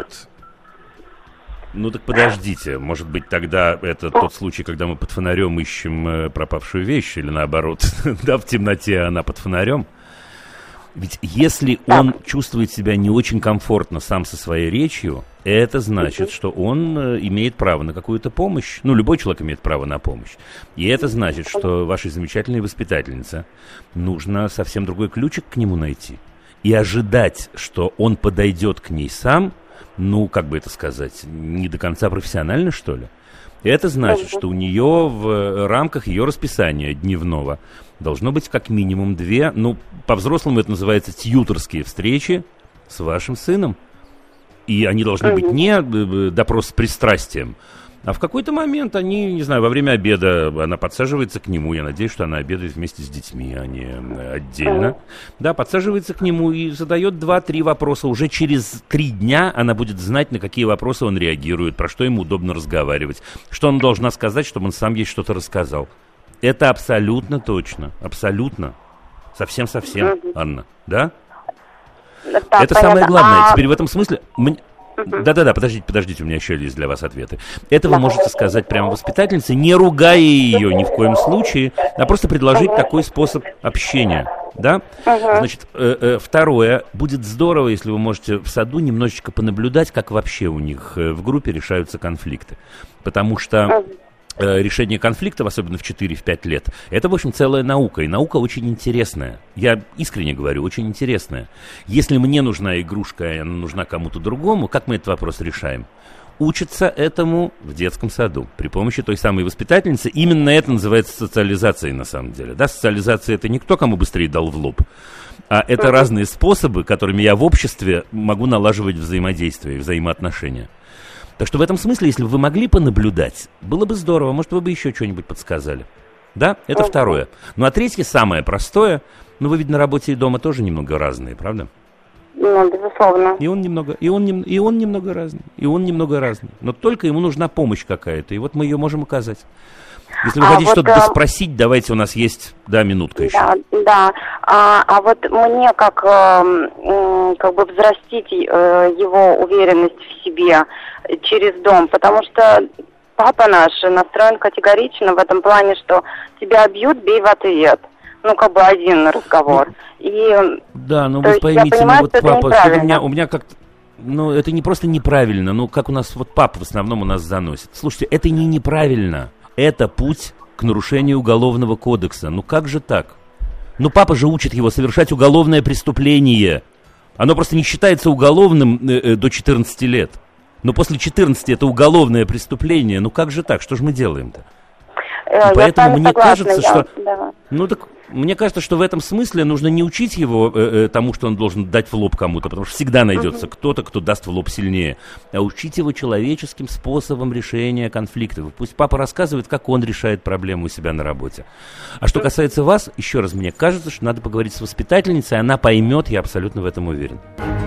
Ну так подождите, может быть тогда это тот случай, когда мы под фонарем ищем пропавшую вещь, или наоборот, да, в темноте она под фонарем. Ведь если он чувствует себя не очень комфортно сам со своей речью, это значит, что он имеет право на какую-то помощь. Ну, любой человек имеет право на помощь. И это значит, что вашей замечательной воспитательнице нужно совсем другой ключик к нему найти. И ожидать, что он подойдет к ней сам, ну, как бы это сказать, не до конца профессионально, что ли? Это значит, что у нее в рамках ее расписания дневного должно быть как минимум 2, ну, по-взрослому это называется тьюторские встречи с вашим сыном. И они должны быть не допрос с пристрастием, а в какой-то момент они, не знаю, во время обеда она подсаживается к нему. Я надеюсь, что она обедает вместе с детьми, а не отдельно. Да, подсаживается к нему и задает 2-3 вопроса. Уже через 3 дня она будет знать, на какие вопросы он реагирует, про что ему удобно разговаривать, что она должна сказать, чтобы он сам ей что-то рассказал. Это абсолютно точно. Абсолютно. Совсем-совсем, Анна. Да? Это самое главное. Теперь в этом смысле... Да-да-да, подождите, у меня еще есть для вас ответы. Это вы можете сказать прямо воспитательнице, не ругая ее ни в коем случае, а просто предложить такой способ общения. Да? Значит, второе, будет здорово, если вы можете в саду немножечко понаблюдать, как вообще у них в группе решаются конфликты. Потому что решение конфликтов, особенно в 4-5 лет, это, в общем, целая наука. И наука очень интересная. Я искренне говорю, очень интересная. Если мне нужна игрушка, и она нужна кому-то другому, как мы этот вопрос решаем? Учатся этому в детском саду при помощи той самой воспитательницы. Именно это называется социализацией, на самом деле. Да, социализация — это не кто кому быстрее дал в лоб, а это разные способы, которыми я в обществе могу налаживать взаимодействие, взаимоотношения. Так что в этом смысле, если бы вы могли понаблюдать, было бы здорово. Может, вы бы еще что-нибудь подсказали. Да, это второе. Ну, а третье, самое простое, вы ведь на работе и дома тоже немного разные, правда? Ну, безусловно. И он немного разный. Но только ему нужна помощь какая-то, и вот мы ее можем оказать. Если вы хотите что-то спросить, давайте, у нас есть, минутка еще. Да. А вот мне как бы взрастить его уверенность в себе через дом, потому что папа наш настроен категорично в этом плане, что тебя бьют, бей в ответ. Один разговор. Да, вы поймите, понимаю, вот папа, у меня как-то, это не просто неправильно, как у нас, папа в основном у нас заносит. Слушайте, это не неправильно, это путь к нарушению Уголовного кодекса. Как же так? Папа же учит его совершать уголовное преступление. Оно просто не считается уголовным до 14 лет. Но после 14 это уголовное преступление. Как же так? Что же мы делаем-то? Поэтому мне кажется, что... Мне кажется, что в этом смысле нужно не учить его тому, что он должен дать в лоб кому-то, потому что всегда найдется кто-то, кто даст в лоб сильнее, а учить его человеческим способом решения конфликтов. Пусть папа рассказывает, как он решает проблему у себя на работе. А что касается вас, еще раз, мне кажется, что надо поговорить с воспитательницей, она поймет, я абсолютно в этом уверен.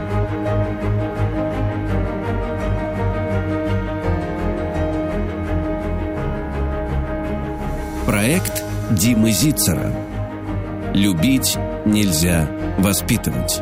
Проект Димы Зицера. Любить нельзя воспитывать.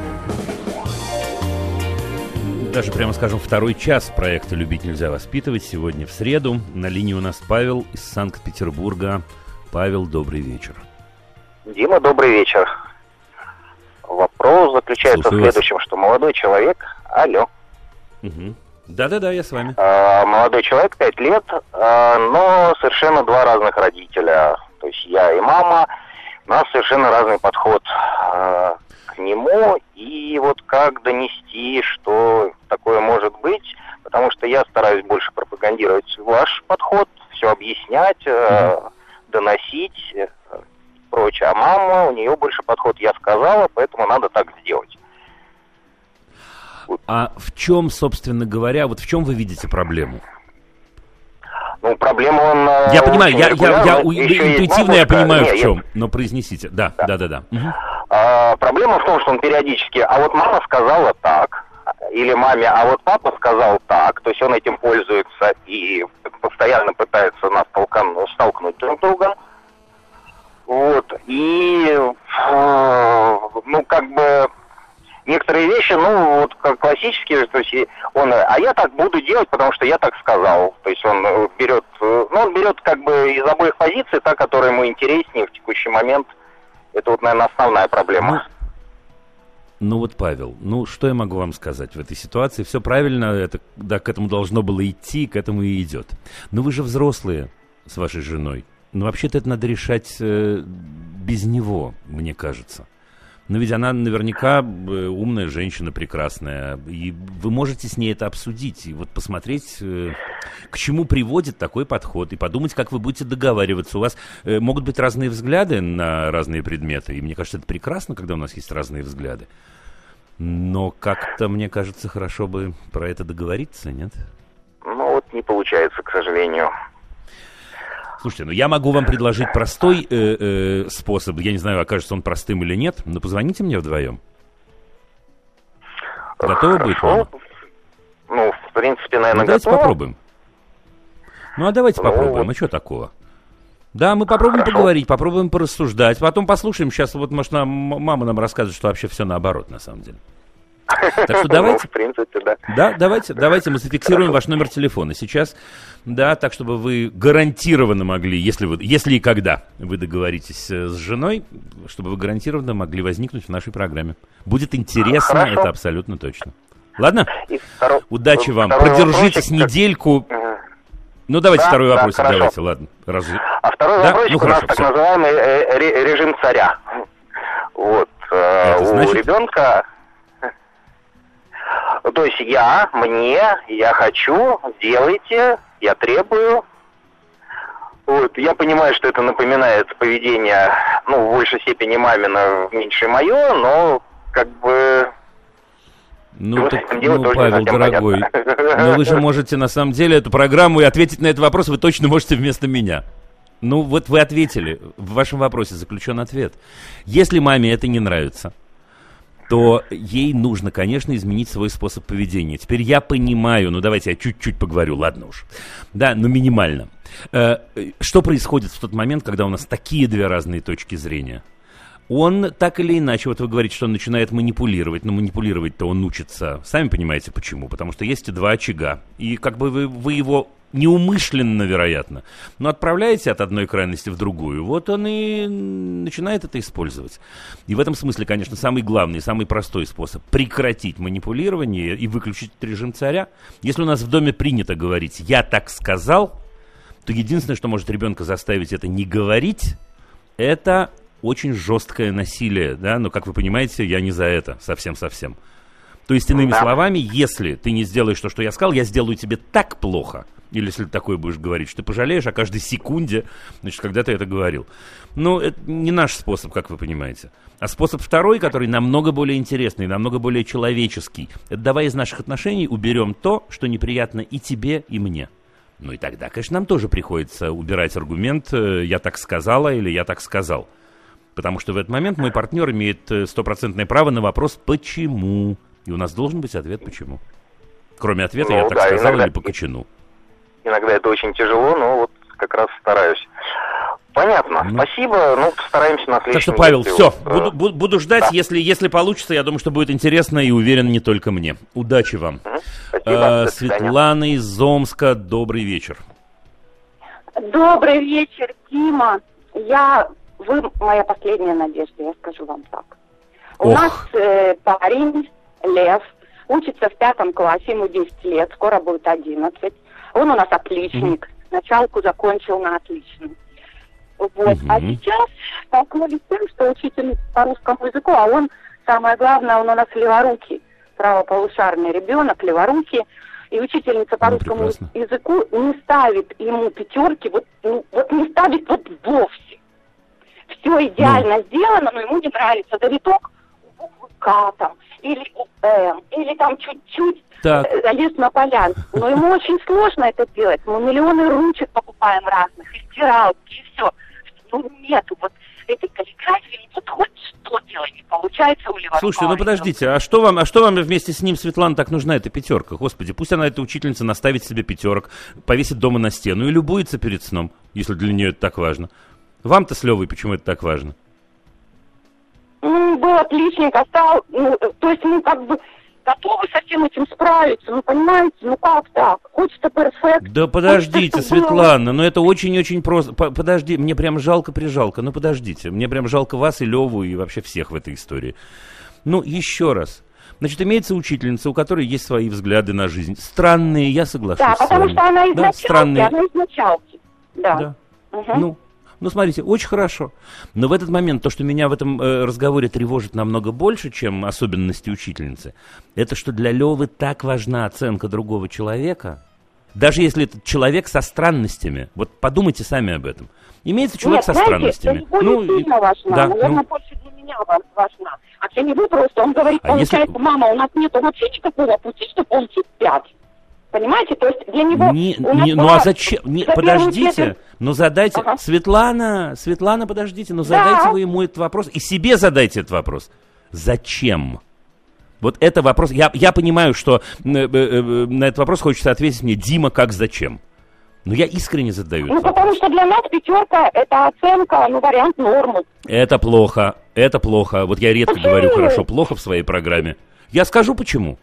Даже, прямо скажем, второй час проекта «Любить нельзя воспитывать» сегодня в среду. На линии у нас Павел из Санкт-Петербурга. Павел, добрый вечер. Дима, добрый вечер. Вопрос заключается в следующем, что молодой человек... Алло. Угу. Да, я с вами. Молодой человек, 5 лет, но совершенно два разных родителя. То есть я и мама, у нас совершенно разный подход к нему. И вот как донести, что такое может быть, потому что я стараюсь больше пропагандировать ваш подход, все объяснять, доносить, прочее. А мама, у нее больше подход «я сказала, поэтому надо так сделать». А в чем, собственно говоря, в чем вы видите проблему? Проблема он... Я понимаю, я интуитивно я понимаю, в чем, но произнесите. Да. Угу. Проблема в том, что он периодически, а вот мама сказала так, или маме, а вот папа сказал так, то есть он этим пользуется и постоянно пытается нас столкнуть друг друга. И, некоторые вещи, как классические, то есть он, а я так буду делать, потому что я так сказал. То есть он берет из обоих позиций та, которая ему интереснее в текущий момент. Это наверное, основная проблема. Павел, что я могу вам сказать в этой ситуации? Все правильно, к этому должно было идти, к этому и идет. Но вы же взрослые с вашей женой. Вообще-то это надо решать без него, мне кажется. Но ведь она наверняка умная женщина, прекрасная, и вы можете с ней это обсудить, и посмотреть, к чему приводит такой подход, и подумать, как вы будете договариваться. У вас могут быть разные взгляды на разные предметы, и мне кажется, это прекрасно, когда у нас есть разные взгляды. Но как-то, мне кажется, хорошо бы про это договориться, нет? Не получается, к сожалению. Слушайте, я могу вам предложить простой способ. Я не знаю, окажется он простым или нет, но позвоните мне вдвоем. Готовы быть? В принципе, наверное, давайте попробуем. Давайте попробуем. А что такого? Да, мы попробуем поговорить, попробуем порассуждать. Потом послушаем. Сейчас может мама нам расскажет, что вообще все наоборот, на самом деле. Так что давайте. В принципе, да. Да, давайте мы зафиксируем ваш номер телефона сейчас. Да, так, чтобы вы гарантированно могли, если и когда вы договоритесь с женой, чтобы вы гарантированно могли возникнуть в нашей программе. Будет интересно, хорошо. Это абсолютно точно. Ладно? Удачи вам. Продержитесь недельку. Давайте второй вопрос. Давайте, ладно. А второй вопросик у нас так называемый режим царя. У ребенка... То есть я хочу, делайте, я требую. Я понимаю, что это напоминает поведение, в большей степени мамина, в меньшей мое, но Павел, дорогой, вы же можете на самом деле эту программу и ответить на этот вопрос вы точно можете вместо меня. Ну, вот вы ответили, в вашем вопросе заключен ответ. Если маме это не нравится, то ей нужно, конечно, изменить свой способ поведения. Теперь я понимаю, ну давайте я чуть-чуть поговорю, ладно уж. Да, но минимально. Что происходит в тот момент, когда у нас такие две разные точки зрения? Он так или иначе, вот вы говорите, что он начинает манипулировать, но манипулировать-то он учится. Сами понимаете почему? Потому что есть два очага, и как бы вы его неумышленно, вероятно, но отправляете от одной крайности в другую, вот он и начинает это использовать. И в этом смысле, конечно, самый главный, самый простой способ прекратить манипулирование и выключить режим царя. Если у нас в доме принято говорить «я так сказал», то единственное, что может ребенка заставить это не говорить, это очень жесткое насилие, да, но, как вы понимаете, я не за это, совсем-совсем. То есть, иными словами, если ты не сделаешь то, что я сказал, я сделаю тебе так плохо, или если ты такое будешь говорить, что ты пожалеешь о каждой секунде, значит, когда ты это говорил. Ну, это не наш способ, как вы понимаете. А способ второй, который намного более интересный, намного более человеческий, это давай из наших отношений уберем то, что неприятно и тебе, и мне. Ну и тогда, конечно, нам тоже приходится убирать аргумент «я так сказала» или «я так сказал». Потому что в этот момент мой партнер имеет стопроцентное право на вопрос «почему?». И у нас должен быть ответ «почему?». Кроме ответа «я так сказал» или «по кочану». Иногда это очень тяжело, но вот как раз стараюсь. Понятно. Спасибо. Ну, постараемся на следующем. Так что, Павел, все. Буду ждать. Да. Если получится, я думаю, что будет интересно и уверен, не только мне. Удачи вам. Спасибо. Светлана из Омска. Добрый вечер. Добрый вечер, Дима. Вы моя последняя надежда, я скажу вам так. У нас парень, Лев, учится в 5 классе, ему 10 лет, скоро будет 11. Он у нас отличник. Началку закончил на отлично. Вот. А сейчас столкнулись с тем, что учитель по русскому языку, а он, самое главное, он у нас леворукий, правополушарный ребенок, леворукий. И учительница по русскому языку не ставит ему пятерки, вот не ставит вот вовсе. Все идеально сделано, но ему не нравится завиток у буквы К там, или у М, или там чуть-чуть залез на полян. Но ему очень сложно это делать. Мы миллионы ручек покупаем разных, и стиралки, и все. Ну, нету вот этой каллиграфии, вот хоть что делай, не получается у Леворукова. Слушайте, ну подождите, а что вам вместе с ним, Светлана, так нужна эта пятерка? Господи, пусть она, эта учительница, наставит себе пятерок, повесит дома на стену и любуется перед сном, если для нее это так важно. Вам-то с Левой почему это так важно? Был отличник, а стал, то есть мы как бы готовы со всем этим справиться, понимаете, как так? Хочется перфект. Да подождите, Светлана, это очень-очень просто. Подожди, мне прям жалко-прижалко, подождите, мне прям жалко вас и Леву и вообще всех в этой истории. Еще раз. Значит, имеется учительница, у которой есть свои взгляды на жизнь. Странные, я соглашусь с вами. Да, потому что она из началки. Да. Угу. Смотрите, очень хорошо. Но в этот момент то, что меня в этом разговоре тревожит намного больше, чем особенности учительницы, это что для Левы так важна оценка другого человека, даже если этот человек со странностями. Вот подумайте сами об этом. Имеется человек со странностями. Нет, более сильно важна, наверное, больше для меня важна. А для него просто, он говорит, получается, мама, у нас нету вообще никакого пути, чтобы получить 5. Понимаете, то есть для него... а зачем? Подождите, задайте... Ага. Светлана, подождите, задайте вы ему этот вопрос, и себе задайте этот вопрос. Зачем? Вот это вопрос... Я понимаю, что на этот вопрос хочется ответить мне, Дима, как зачем? Но я искренне задаю этот вопрос. Потому что для нас пятерка – это оценка, вариант нормы. Это плохо. Вот я редко говорю хорошо-плохо в своей программе. Я скажу почему.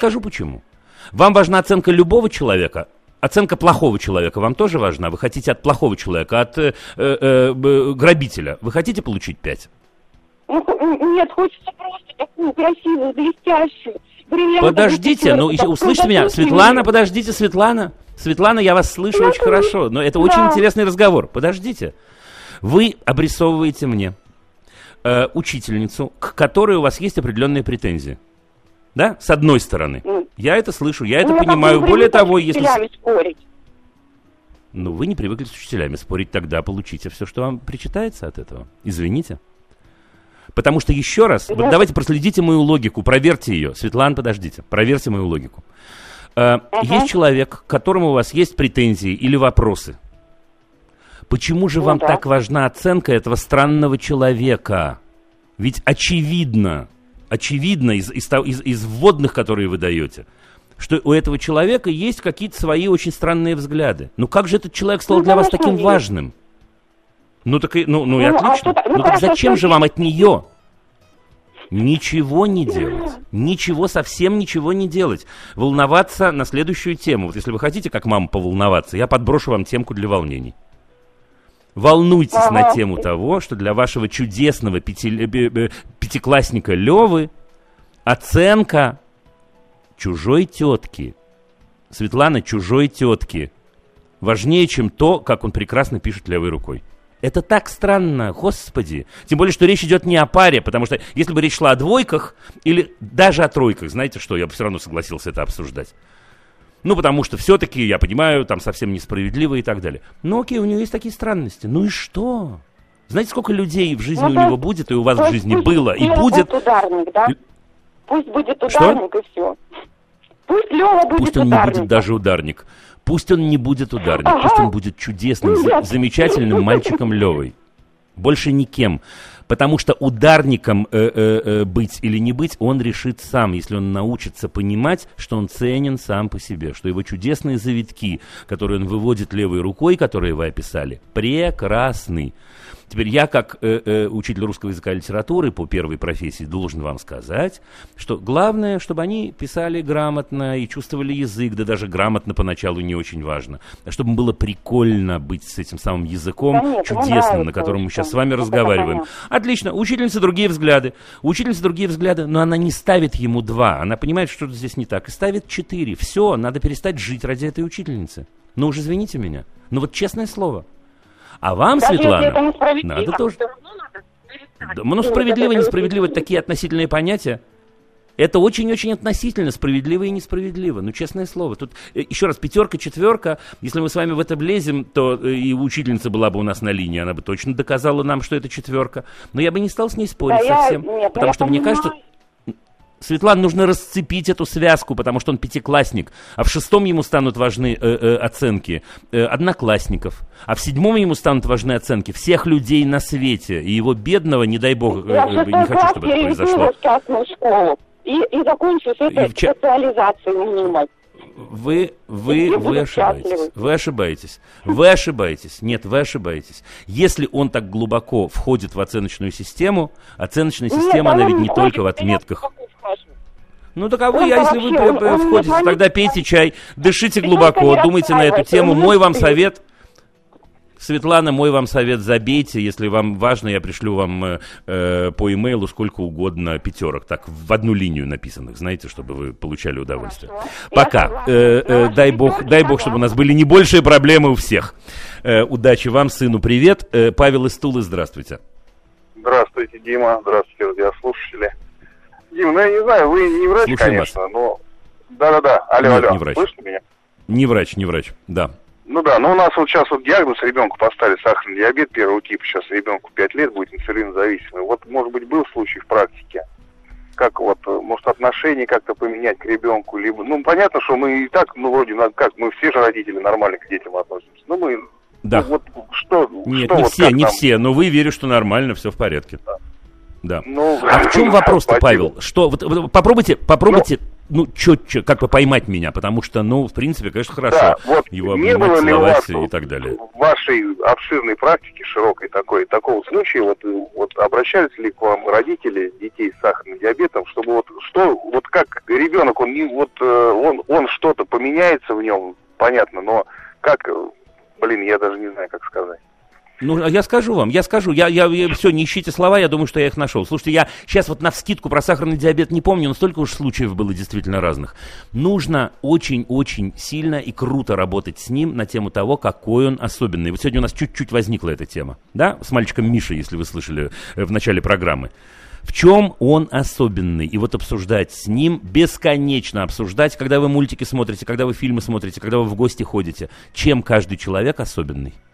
Вам важна оценка любого человека? Оценка плохого человека вам тоже важна? Вы хотите от плохого человека, от грабителя, вы хотите получить 5? Нет, хочется просто такую красивую, блестящую, бриллиантовую. Подождите, услышьте меня. Светлана, подождите, Светлана. Светлана, я вас слышу очень хорошо, но это очень интересный разговор. Подождите. Вы обрисовываете мне учительницу, к которой у вас есть определенные претензии. Да, с одной стороны. Я это слышу, я это понимаю. Более того, если... спорить. Вы не привыкли с учителями спорить, тогда получите все, что вам причитается от этого. Извините. Потому что, еще раз, давайте проследите мою логику, проверьте ее. Светлана, подождите, проверьте мою логику. Есть человек, к которому у вас есть претензии или вопросы. Почему же вам так важна оценка этого странного человека? Ведь очевидно из вводных, которые вы даете, что у этого человека есть какие-то свои очень странные взгляды. Ну как же этот человек стал для вас таким важным? Ну так и отлично. Так зачем же вам от нее? Ничего не делать. Совсем ничего не делать. Волноваться на следующую тему. Вот если вы хотите, как мама, поволноваться, я подброшу вам темку для волнений. Волнуйтесь на тему того, что для вашего чудесного пятиклассника Левы оценка чужой тетки, Светлана, чужой тетки, важнее, чем то, как он прекрасно пишет левой рукой. Это так странно, господи. Тем более, что речь идет не о паре, потому что если бы речь шла о двойках или даже о тройках, знаете что, я бы все равно согласился это обсуждать. Ну, потому что все-таки, я понимаю, там совсем несправедливо и так далее. Ну, окей, у него есть такие странности. Ну и что? Знаете, сколько людей в жизни у него будет, и у вас в жизни было, и будет... Пусть ударник, да? Пусть будет ударник, и все. Пусть Лева будет Пусть он не будет даже ударник. Пусть он не будет ударник. Пусть он будет чудесным, замечательным мальчиком Левой. Больше никем. Потому что ударником быть или не быть он решит сам, если он научится понимать, что он ценен сам по себе, что его чудесные завитки, которые он выводит левой рукой, которые вы описали, прекрасны. Теперь я, как учитель русского языка и литературы по первой профессии, должен вам сказать, что главное, чтобы они писали грамотно и чувствовали язык, да даже грамотно поначалу не очень важно, а чтобы им было прикольно быть с этим самым языком чудесным, на котором мы сейчас с вами разговариваем. Отлично, учительница другие взгляды, но она не ставит ему 2, она понимает, что что-то здесь не так, и ставит 4. Все, надо перестать жить ради этой учительницы. Ну уж извините меня, но вот честное слово. А вам, даже Светлана, надо тоже... Ну, справедливо и несправедливо — это такие относительные понятия. Это очень-очень относительно, справедливо и несправедливо. Ну, честное слово. Тут, еще раз, 5, 4. Если мы с вами в это влезем, то и учительница была бы у нас на линии, она бы точно доказала нам, что это 4. Но я бы не стал с ней спорить совсем. Потому что мне кажется... Светлане нужно расцепить эту связку, потому что он 5-классник, а в 6 ему станут важны оценки одноклассников, а в 7 ему станут важны оценки всех людей на свете, и его бедного, не дай бог, не хочу, чтобы это произошло. Школу и закончу с этой специализацией минимальной. Вы ошибаетесь. Нет, вы ошибаетесь. Если он так глубоко входит в оценочную систему, оценочная система, она ведь не только в отметках. Ну так а вы, если вы входите, тогда пейте чай, дышите глубоко, думайте на эту тему. Мой вам совет, Светлана, забейте. Если вам важно, я пришлю вам по имейлу сколько угодно 5, так в одну линию написанных, знаете, чтобы вы получали удовольствие. Пока. Дай бог, чтобы у нас были не большие проблемы у всех. Удачи вам, сыну, привет. Павел из Тулы, здравствуйте. Здравствуйте, Дима. Здравствуйте, радиослушатели. Дим, я не знаю, вы не врач, слушаем, конечно, вас. Но... Да. Алло. Не врач. Слышите меня? Не врач, да. Ну да, но у нас вот сейчас диагноз ребенку поставили сахарный диабет 1 типа, сейчас ребенку 5 лет будет инсулинозависимый. Вот, может быть, был случай в практике, как вот, может, отношение как-то поменять к ребенку, либо, ну, понятно, что мы и так, ну, вроде, мы все же родители нормально к детям относимся, но мы, да. Ну, вот, что... Нет, что, не все, но вы верите, что нормально, все в порядке. Да. Ну, а в чем вопрос-то, Павел? Что, вот, попробуйте, четче как бы поймать меня, потому что, в принципе, конечно, хорошо. Да, вот его обнимать, целовать и так далее. В вашей обширной практике, широкой такого случая, вот обращались ли к вам родители детей с сахарным диабетом, чтобы как ребенок, он что-то поменяется в нем, понятно, но как, я даже не знаю, как сказать. Ну, я скажу вам, я все, не ищите слова, я думаю, что я их нашел. Слушайте, я сейчас вот навскидку про сахарный диабет не помню, но столько уж случаев было действительно разных. Нужно очень-очень сильно и круто работать с ним на тему того, какой он особенный. Вот сегодня у нас чуть-чуть возникла эта тема, да, с мальчиком Мишей, если вы слышали в начале программы. В чем он особенный? И вот обсуждать с ним, бесконечно обсуждать, когда вы мультики смотрите, когда вы фильмы смотрите, когда вы в гости ходите, чем каждый человек особенный.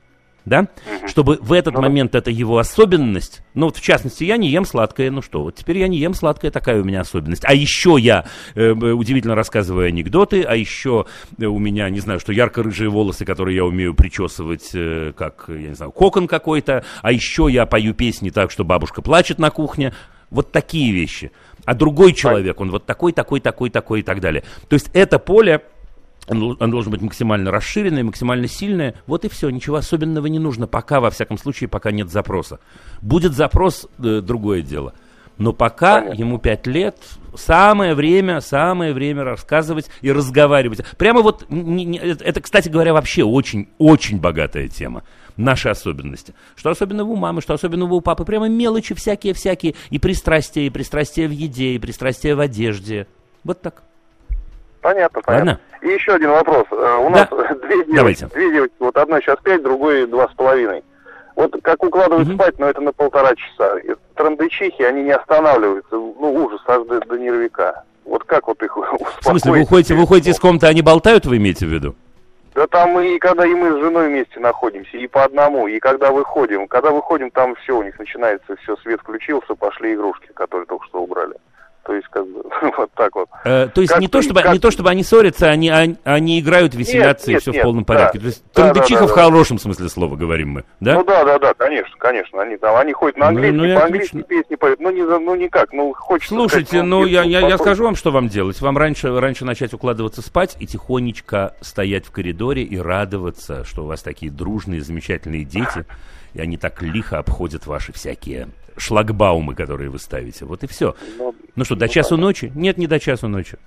да, чтобы в этот момент это его особенность, ну вот в частности, я не ем сладкое, ну что, вот теперь я не ем сладкое, такая у меня особенность. А еще я удивительно рассказываю анекдоты, а еще у меня, не знаю, что ярко-рыжие волосы, которые я умею причесывать, как, я не знаю, кокон какой-то, а еще я пою песни так, что бабушка плачет на кухне. Вот такие вещи. А другой человек, он вот такой, такой, такой, такой и так далее. То есть это поле, оно должно быть максимально расширенное, максимально сильное. Вот и все, ничего особенного не нужно, пока, во всяком случае, пока нет запроса. Будет запрос, другое дело. Но пока ему 5 лет, самое время рассказывать и разговаривать. Прямо вот, это, кстати говоря, вообще очень богатая тема. Наши особенности. Что особенного у мамы, что особенного у папы. Прямо мелочи всякие. И пристрастия в еде, и пристрастия в одежде. Вот так. Понятно. Ладно? И еще один вопрос. У нас две девочки. Вот одной сейчас 5, другой 2,5. Вот как укладывать спать, но это на 1,5 часа. И трындычихи, они не останавливаются. Ну, ужас, аж до нервика. Вот как вот их успокоить? В смысле, вы уходите из комнаты, они болтают, вы имеете в виду? Да там и когда и мы с женой вместе находимся, и по одному, и когда выходим. Когда выходим, там все, у них начинается, все, свет включился, пошли игрушки, которые только что убрали. То есть, как бы, вот так вот. То есть не то, чтобы они ссорятся, они играют, веселятся, и все в полном порядке. То есть трындычиха в хорошем смысле слова, говорим мы, да? Ну да, конечно. Они ходят на английский, по-английски песни поют, никак, хочется... Слушайте, я скажу вам, что вам делать. Вам раньше начать укладываться спать и тихонечко стоять в коридоре и радоваться, что у вас такие дружные, замечательные дети, и они так лихо обходят ваши всякие шлагбаумы, которые вы ставите. Вот и все. Ну что, до часу ночи? Нет, не до часу ночи.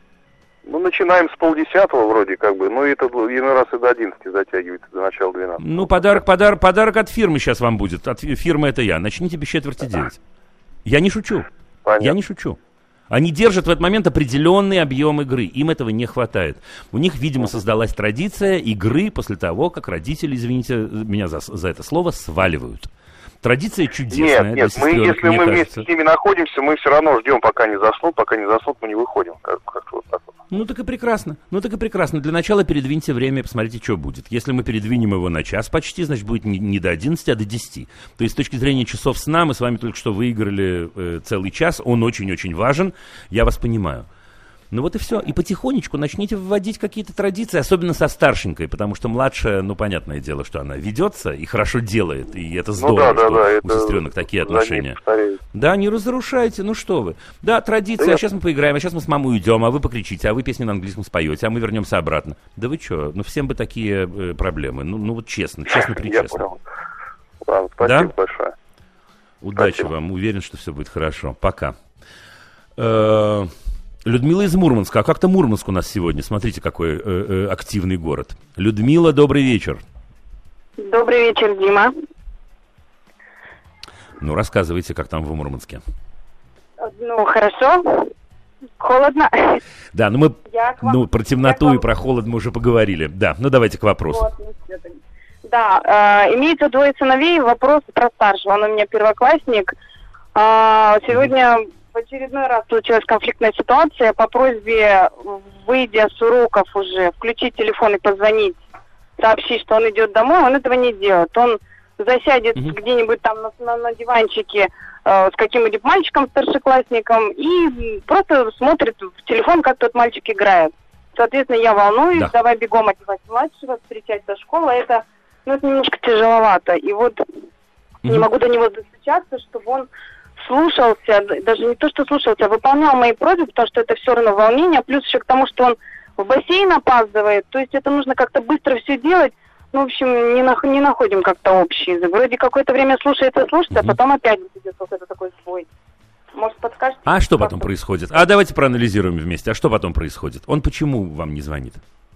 Ну, начинаем с 9:30 вроде как бы. Это иной раз и до 11 затягивается, до начала 12. Ну, подарок от фирмы сейчас вам будет. От фирмы это я. Начните без 8:45. Я не шучу. Понятно. Я не шучу. Они держат в этот момент определенный объем игры. Им этого не хватает. У них, видимо, создалась традиция игры после того, как родители, извините меня за это слово, сваливают. Традиция чудесная. Нет, если мы вместе с ними находимся, мы все равно ждем, пока не заснут, мы не выходим. Как вот так вот. Ну так и прекрасно. Для начала передвиньте время, посмотрите, что будет. Если мы передвинем его на час почти, значит, будет не до 11, а до 10. То есть с точки зрения часов сна мы с вами только что выиграли целый час. Он очень-очень важен. Я вас понимаю. Ну вот и все. И потихонечку начните вводить какие-то традиции, особенно со старшенькой, потому что младшая, понятное дело, что она ведется и хорошо делает, и это здорово, что у сестренок такие отношения. Да, не разрушайте, ну что вы. Да, традиция, а сейчас мы поиграем, а сейчас мы с мамой уйдем, а вы покричите, а вы песни на английском споете, а мы вернемся обратно. Да вы что, всем бы такие проблемы, вот честно-причестно. Я понял. Ладно, спасибо большое. Удачи вам, уверен, что все будет хорошо. Пока. Людмила из Мурманска. А как-то Мурманск у нас сегодня. Смотрите, какой активный город. Людмила, добрый вечер. Добрый вечер, Дима. Ну, рассказывайте, как там в Мурманске. Ну, хорошо. Холодно. Да, про темноту и про холод мы уже поговорили. Да, давайте к вопросу. Да, имеется 2 сыновей. Вопрос про старшего. Он у меня первоклассник. Сегодня... В очередной раз случилась конфликтная ситуация. По просьбе, выйдя с уроков уже, включить телефон и позвонить, сообщить, что он идет домой, он этого не делает. Он засядет где-нибудь там на диванчике с каким-нибудь мальчиком-старшеклассником и просто смотрит в телефон, как тот мальчик играет. Соответственно, я волнуюсь, давай бегом одевать младшего, встречать со школы. Это немножко тяжеловато. И вот не могу до него достучаться, чтобы он слушался, даже не то, что слушался, а выполнял мои просьбы, потому что это все равно волнение, плюс еще к тому, что он в бассейн опаздывает, то есть это нужно как-то быстро все делать, в общем, не находим как-то общий язык. Вроде какое-то время слушается, а потом опять идет какой-то такой сбой. Может, подскажете? А что потом происходит? А давайте проанализируем вместе. А что потом происходит? Он почему вам не звонит?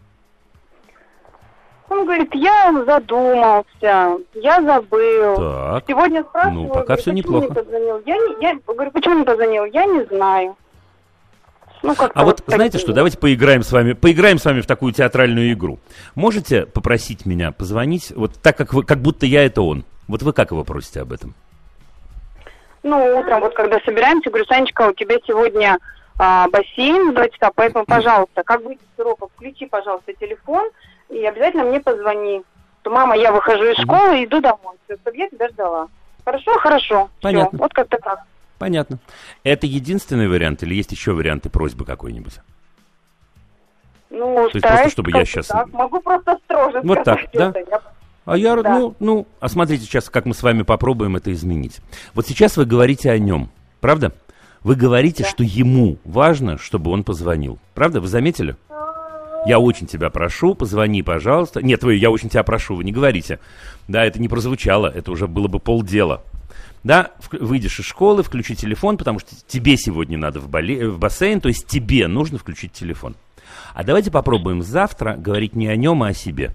Он говорит, я задумался, я забыл. Так. Сегодня спрашиваю, пока все неплохо. Не позвонил? Я говорю, почему не позвонил? Я не знаю. А вот знаете что, давайте поиграем с вами в такую театральную игру. Можете попросить меня позвонить, вот так, как будто я это он. Вот вы как его просите об этом? Утром, вот когда собираемся, говорю, Санечка, у тебя сегодня бассейн в 2 часа, поэтому, пожалуйста, как выйти с урока, включи, пожалуйста, телефон, и обязательно мне позвони. что мама, я выхожу из школы и иду домой. Все, чтобы я тебя ждала. Хорошо, хорошо. Понятно. Все, вот как-то так. Понятно. Это единственный вариант или есть еще варианты просьбы какой-нибудь? Ну, то есть просто, чтобы я сейчас... Так. Могу просто строже вот сказать. Так, да? А смотрите сейчас, как мы с вами попробуем это изменить. Вот сейчас вы говорите о нем, правда? Вы говорите, что ему важно, чтобы он позвонил. Правда? Вы заметили? Я очень тебя прошу, позвони, пожалуйста. Нет, я очень тебя прошу, вы не говорите. Да, это не прозвучало, это уже было бы полдела. Да, выйдешь из школы, включи телефон, потому что тебе сегодня надо в бассейн, то есть тебе нужно включить телефон. А давайте попробуем завтра говорить не о нем, а о себе.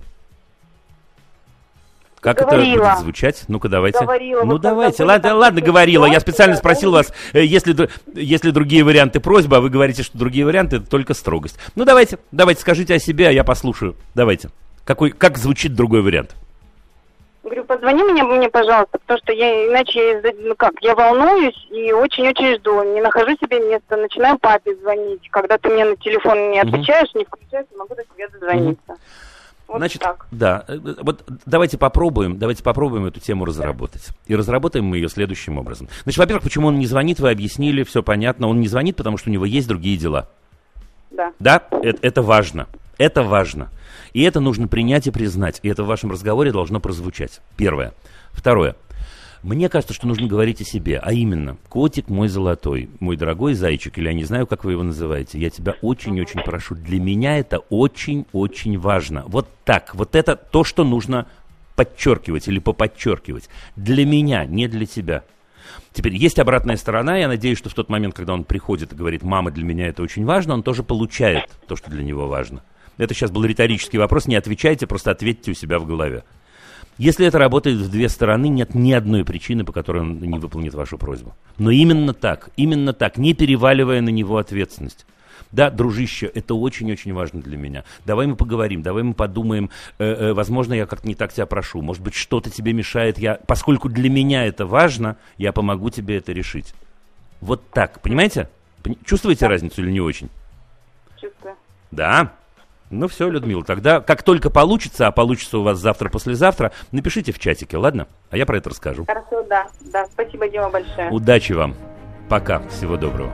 Как говорила. Это будет звучать? Ну-ка, давайте. Говорила, давайте. Ладно, говорила. Я специально спросил вас, если другие варианты просьбы, а вы говорите, что другие варианты, это только строгость. Ну, давайте, скажите о себе, а я послушаю. Давайте. Как звучит другой вариант? Говорю, позвони мне, пожалуйста, потому что я волнуюсь и очень-очень жду. Не нахожу себе места, начинаю папе звонить. Когда ты мне на телефон не отвечаешь, не включаешь, не могу до тебя дозвониться. Вот значит, так. Да, вот давайте попробуем эту тему разработать. И разработаем мы ее следующим образом. Значит, во-первых, почему он не звонит, вы объяснили, все понятно. Он не звонит, потому что у него есть другие дела. Да. Да, это важно. Это важно. И это нужно принять и признать. И это в вашем разговоре должно прозвучать. Первое. Второе. Мне кажется, что нужно говорить о себе, а именно, котик мой золотой, мой дорогой зайчик, или я не знаю, как вы его называете, я тебя очень-очень прошу, для меня это очень-очень важно. Вот так, вот это то, что нужно подчеркивать или поподчеркивать. Для меня, не для тебя. Теперь есть обратная сторона, я надеюсь, что в тот момент, когда он приходит и говорит, мама, для меня это очень важно, он тоже получает то, что для него важно. Это сейчас был риторический вопрос, не отвечайте, просто ответьте у себя в голове. Если это работает в две стороны, нет ни одной причины, по которой он не выполнит вашу просьбу. Но именно так, не переваливая на него ответственность. Да, дружище, это очень-очень важно для меня. Давай мы поговорим, давай мы подумаем, возможно, я как-то не так тебя прошу, может быть, что-то тебе мешает, поскольку для меня это важно, я помогу тебе это решить. Вот так, понимаете? Чувствуете разницу или не очень? Чувствую. Да. Ну все, Людмила, тогда как только получится, а получится у вас завтра-послезавтра, напишите в чатике, ладно? А я про это расскажу. Хорошо, да. Спасибо, Дима, большое. Удачи вам. Пока. Всего доброго.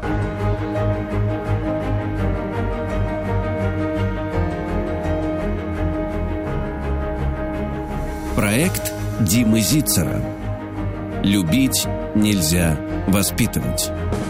Проект Димы Зицера. Любить нельзя воспитывать.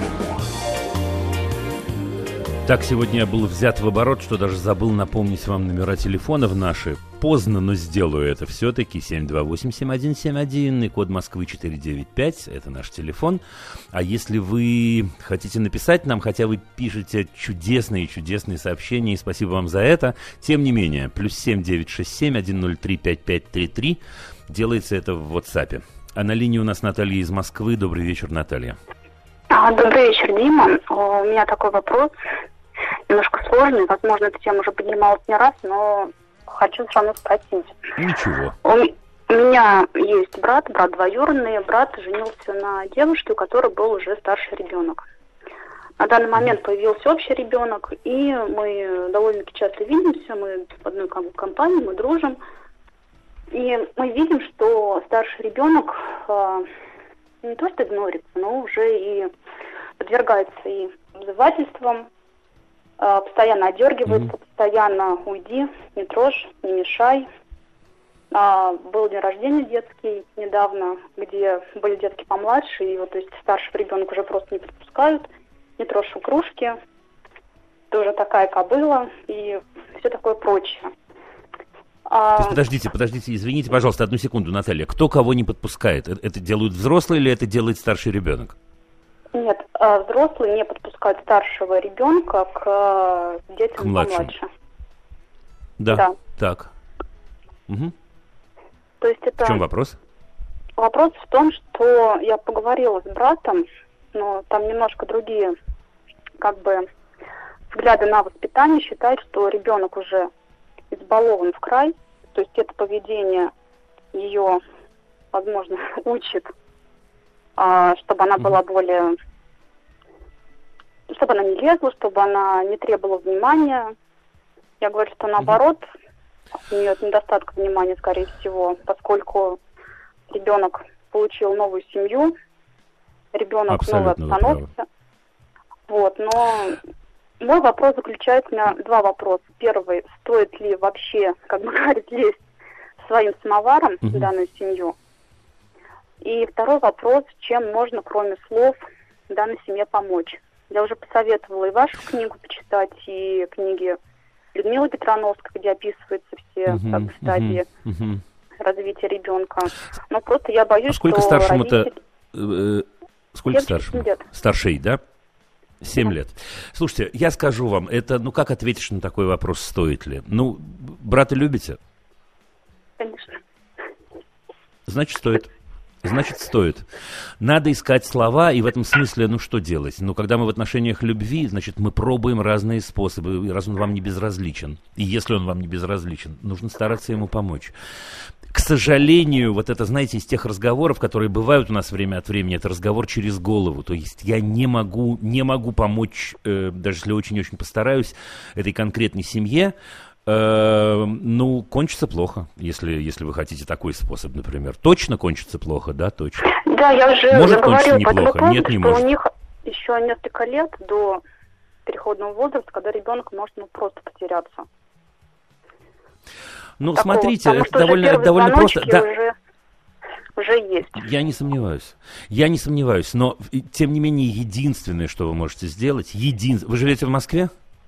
Так, сегодня я был взят в оборот, что даже забыл напомнить вам номера телефонов наши. Поздно, но сделаю это все-таки. 728-7171 и код Москвы 495. Это наш телефон. А если вы хотите написать нам, хотя вы пишете чудесные сообщения, и спасибо вам за это, тем не менее, +7 967 103 5533. Делается это в WhatsApp. А на линии у нас Наталья из Москвы. Добрый вечер, Наталья. Добрый вечер, Дима. У меня такой вопрос, немножко сложный. Возможно, эта тема уже поднималась не раз, но хочу все равно спросить. Ничего. У меня есть брат двоюродный. Брат женился на девушке, у которой был уже старший ребенок. На данный момент появился общий ребенок, и мы довольно-таки часто видимся. Мы в одной компании, мы дружим. И мы видим, что старший ребенок не то что игнорится, но уже и подвергается и обзывательствам, постоянно одергивается, постоянно уйди, не трожь, не мешай. Был день рождения детский недавно, где были детки помладше, и вот, то есть старшего ребенка уже просто не подпускают, не трожь у кружки, тоже такая кобыла и все такое прочее. То есть, подождите, извините, пожалуйста, одну секунду, Наталья. Кто кого не подпускает? Это делают взрослые или это делает старший ребенок? Нет, взрослые не подпускают старшего ребенка к детям помладше. Да. Так. Угу. То есть это... В чем вопрос? Вопрос в том, что я поговорила с братом, но там немножко другие, взгляды на воспитание. Считает, что ребенок уже избалован в край, то есть это поведение ее, возможно, учит, чтобы она была более, чтобы она не лезла, чтобы она не требовала внимания. Я говорю, что наоборот, у нее недостаток внимания, скорее всего, поскольку ребенок получил новую семью, ребенок в новой обстановке. Вот, но мой вопрос заключается на два вопроса. Первый, стоит ли вообще, как бы говорить, лезть своим самоваром в данную семью? И второй вопрос, чем можно, кроме слов, данной семье помочь? Я уже посоветовала и вашу книгу почитать, и книги Людмилы Петрановской, где описываются все стадии развития ребенка. Но просто я боюсь, сколько что старшему-то? Сколько 7 старшему? лет. Старшей, да? 7 лет. Слушайте, я скажу вам, это, как ответишь на такой вопрос, стоит ли? Брата любите? Конечно. Значит, стоит. Значит, стоит. Надо искать слова, и в этом смысле, что делать? Когда мы в отношениях любви, значит, мы пробуем разные способы, раз он вам не безразличен. И если он вам не безразличен, нужно стараться ему помочь. К сожалению, это, знаете, из тех разговоров, которые бывают у нас время от времени, это разговор через голову. То есть я не могу помочь, даже если очень-очень постараюсь, этой конкретной семье. Кончится плохо, если вы хотите такой способ, например. Точно кончится плохо, да, точно? Да, я уже может кончиться говорила неплохо, по нет, не что может. У них еще несколько лет до переходного возраста, когда ребенок может просто потеряться. Смотрите, это довольно просто. Да. Уже есть. Я не сомневаюсь, но тем не менее единственное, что вы можете сделать, вы живете в Москве?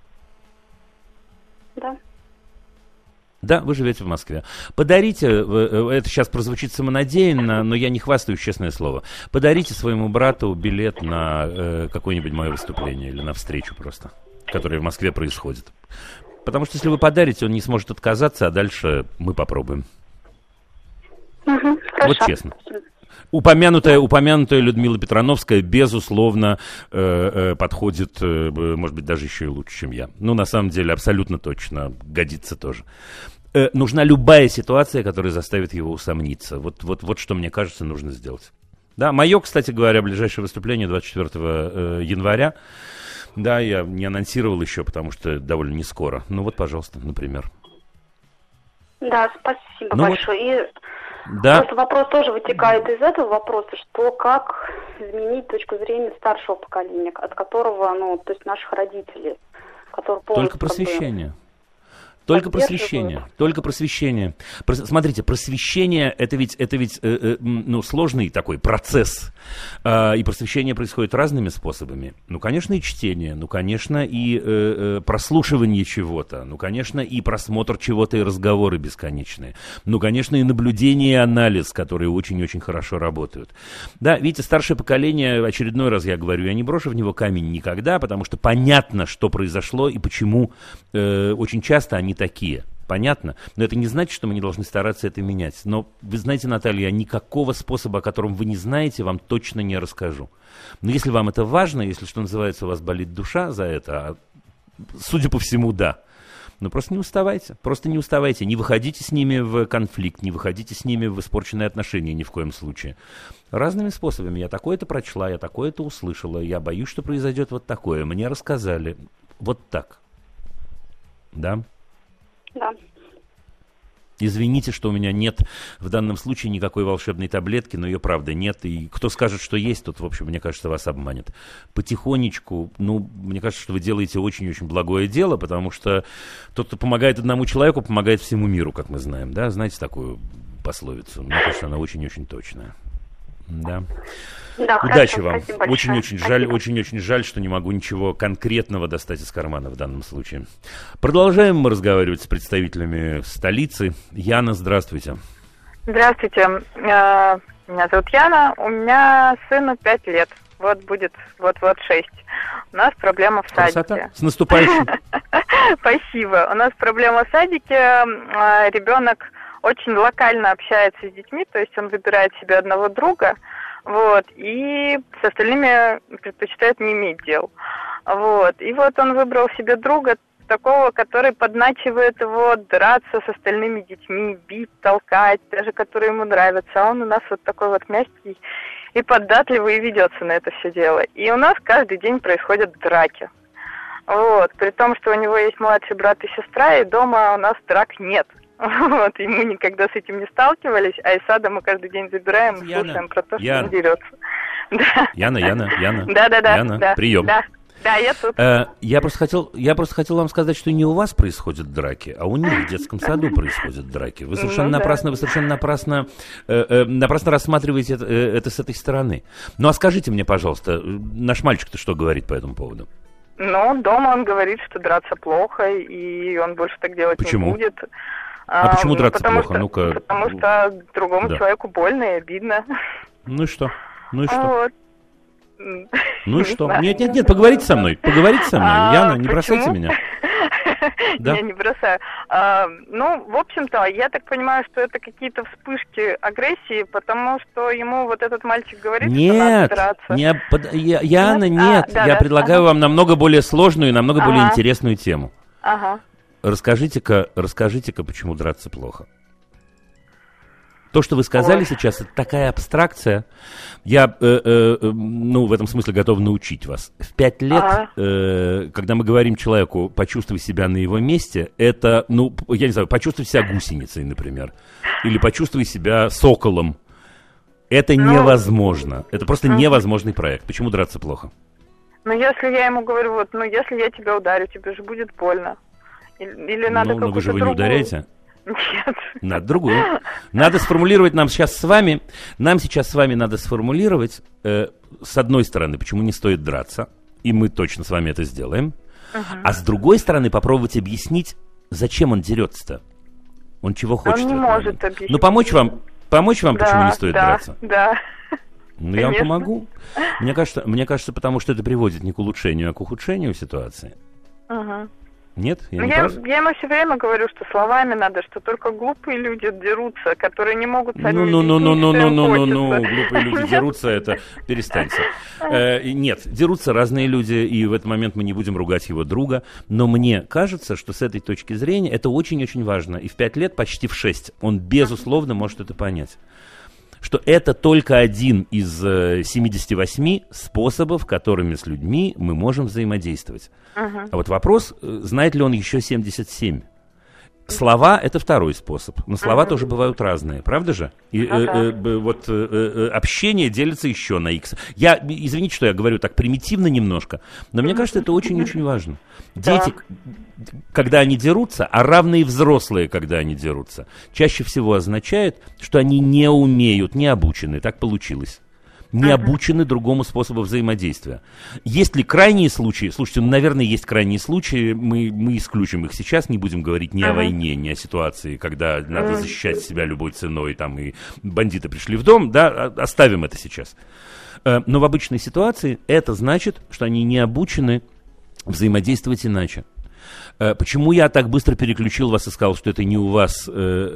Да. Да, вы живете в Москве. Подарите, это сейчас прозвучит самонадеянно, но я не хвастаюсь, честное слово. Подарите своему брату билет на какое-нибудь мое выступление или на встречу просто, которая в Москве происходит. Потому что если вы подарите, он не сможет отказаться, а дальше мы попробуем. Вот честно. Упомянутая Людмила Петрановская, безусловно, подходит, может быть, даже еще и лучше, чем я. На самом деле, абсолютно точно, годится тоже. Нужна любая ситуация, которая заставит его усомниться. Вот что, мне кажется, нужно сделать. Да, мое, кстати говоря, ближайшее выступление 24 января. Да, я не анонсировал еще, потому что довольно не скоро. Пожалуйста, например. Да, спасибо большое. Да. Просто вопрос тоже вытекает из этого вопроса, что как изменить точку зрения старшего поколения, от которого, то есть наших родителей, которые полностью... Только просвещение. Только просвещение. Смотрите, просвещение это ведь сложный такой процесс. И просвещение происходит разными способами. Конечно, и чтение, конечно, и прослушивание чего-то, конечно, и просмотр чего-то, и разговоры бесконечные. Конечно, и наблюдение и анализ, которые очень-очень хорошо работают. Да, видите, старшее поколение, очередной раз я говорю, я не брошу в него камень никогда, потому что понятно, что произошло и почему очень часто они такие. Понятно? Но это не значит, что мы не должны стараться это менять. Но вы знаете, Наталья, никакого способа, о котором вы не знаете, вам точно не расскажу. Но если вам это важно, если, что называется, у вас болит душа за это, судя по всему, да. Но просто не уставайте, не выходите с ними в конфликт, не выходите с ними в испорченные отношения ни в коем случае. Разными способами. Я такое-то прочла, я такое-то услышала, я боюсь, что произойдет вот такое. Мне рассказали. Вот так. Да? Да. Извините, что у меня нет в данном случае никакой волшебной таблетки, но ее правда нет. И кто скажет, что есть, тот, в общем, мне кажется, вас обманет. Потихонечку, мне кажется, что вы делаете очень-очень благое дело, потому что тот, кто помогает одному человеку, помогает всему миру, как мы знаем. Да? Знаете такую пословицу? Мне кажется, она очень-очень точная. Да. Да, удачи хорошо, вам. Очень-очень жаль, что не могу ничего конкретного достать из кармана в данном случае. Продолжаем мы разговаривать с представителями столицы. Яна, здравствуйте. Здравствуйте. Меня зовут Яна. У меня сыну 5 лет. Будет 6. У нас проблема в садике. Красота. С наступающим. Спасибо. У нас проблема в садике. Ребенок очень локально общается с детьми, то есть он выбирает себе одного друга, и с остальными предпочитает не иметь дел. И он выбрал себе друга такого, который подначивает его драться с остальными детьми, бить, толкать, даже которые ему нравятся. А он у нас такой мягкий и податливый, и ведется на это все дело. И у нас каждый день происходят драки. При том, что у него есть младший брат и сестра, и дома у нас драк нет. Вот, и мы никогда с этим не сталкивались, а из сада мы каждый день забираем и слушаем про то, что он дерется. Яна. Да. Прием. Да, я тут. Я просто хотел вам сказать, что не у вас происходят драки, а у них в детском саду происходят драки. Вы совершенно напрасно рассматриваете это с этой стороны. Ну, а скажите мне, пожалуйста, наш мальчик-то что говорит по этому поводу? Ну, дома он говорит, что драться плохо, и он больше так делать не будет. А почему драться плохо? Ну-ка. Потому что другому человеку больно и обидно. Ну и что? Вот. Ну и что? Нет, поговорите со мной. Яна, не бросайте меня. Я не бросаю. Ну, в общем-то, я так понимаю, что это какие-то вспышки агрессии, потому что ему вот этот мальчик говорит, что надо драться. Яна, нет. Я предлагаю вам намного более сложную и намного более интересную тему. Ага. Расскажите-ка, почему драться плохо. То, что вы сказали сейчас, это такая абстракция. Я, в этом смысле готов научить вас. В 5 лет, когда мы говорим человеку «почувствуй себя на его месте», это, я не знаю, почувствуй себя гусеницей, например. Или почувствуй себя соколом. Это невозможно. Это просто невозможный проект. Почему драться плохо? Если я ему говорю, если я тебя ударю, тебе же будет больно. Или надо какую-то вы же его не ударяете? Нет. Надо другую. Надо сформулировать нам сейчас с вами надо сформулировать, с одной стороны, почему не стоит драться, и мы точно с вами это сделаем, а с другой стороны попробовать объяснить, зачем он дерется-то. Он чего хочет. Он не может объяснить. Помочь вам, почему не стоит драться? Да. Я вам помогу. Мне кажется, потому что это приводит не к улучшению, а к ухудшению ситуации. Нет? Я ему все время говорю, что словами надо, что только глупые люди дерутся, которые не могут сами глупые люди дерутся, это перестаньте. Нет, дерутся разные люди, и в этот момент мы не будем ругать его друга, но мне кажется, что с этой точки зрения это очень-очень важно, и в 5 лет, почти в 6, он безусловно может это понять. Что это только один из 78 способов, которыми с людьми мы можем взаимодействовать. А вот вопрос, знает ли он еще 77? Слова – это второй способ, но слова тоже бывают разные, правда же? И общение делится еще на X. Извините, что я говорю так примитивно немножко, но мне кажется, это очень-очень важно. Дети, когда они дерутся, а равные взрослые, когда они дерутся, чаще всего означает, что они не умеют, не обучены, так получилось. Не обучены другому способу взаимодействия. Есть ли крайние случаи? Слушайте, наверное, есть крайние случаи, мы исключим их сейчас, не будем говорить ни о войне, ни о ситуации, когда надо защищать себя любой ценой, там и бандиты пришли в дом, да, оставим это сейчас. Но в обычной ситуации это значит, что они не обучены взаимодействовать иначе. Почему я так быстро переключил вас и сказал, что это не у вас,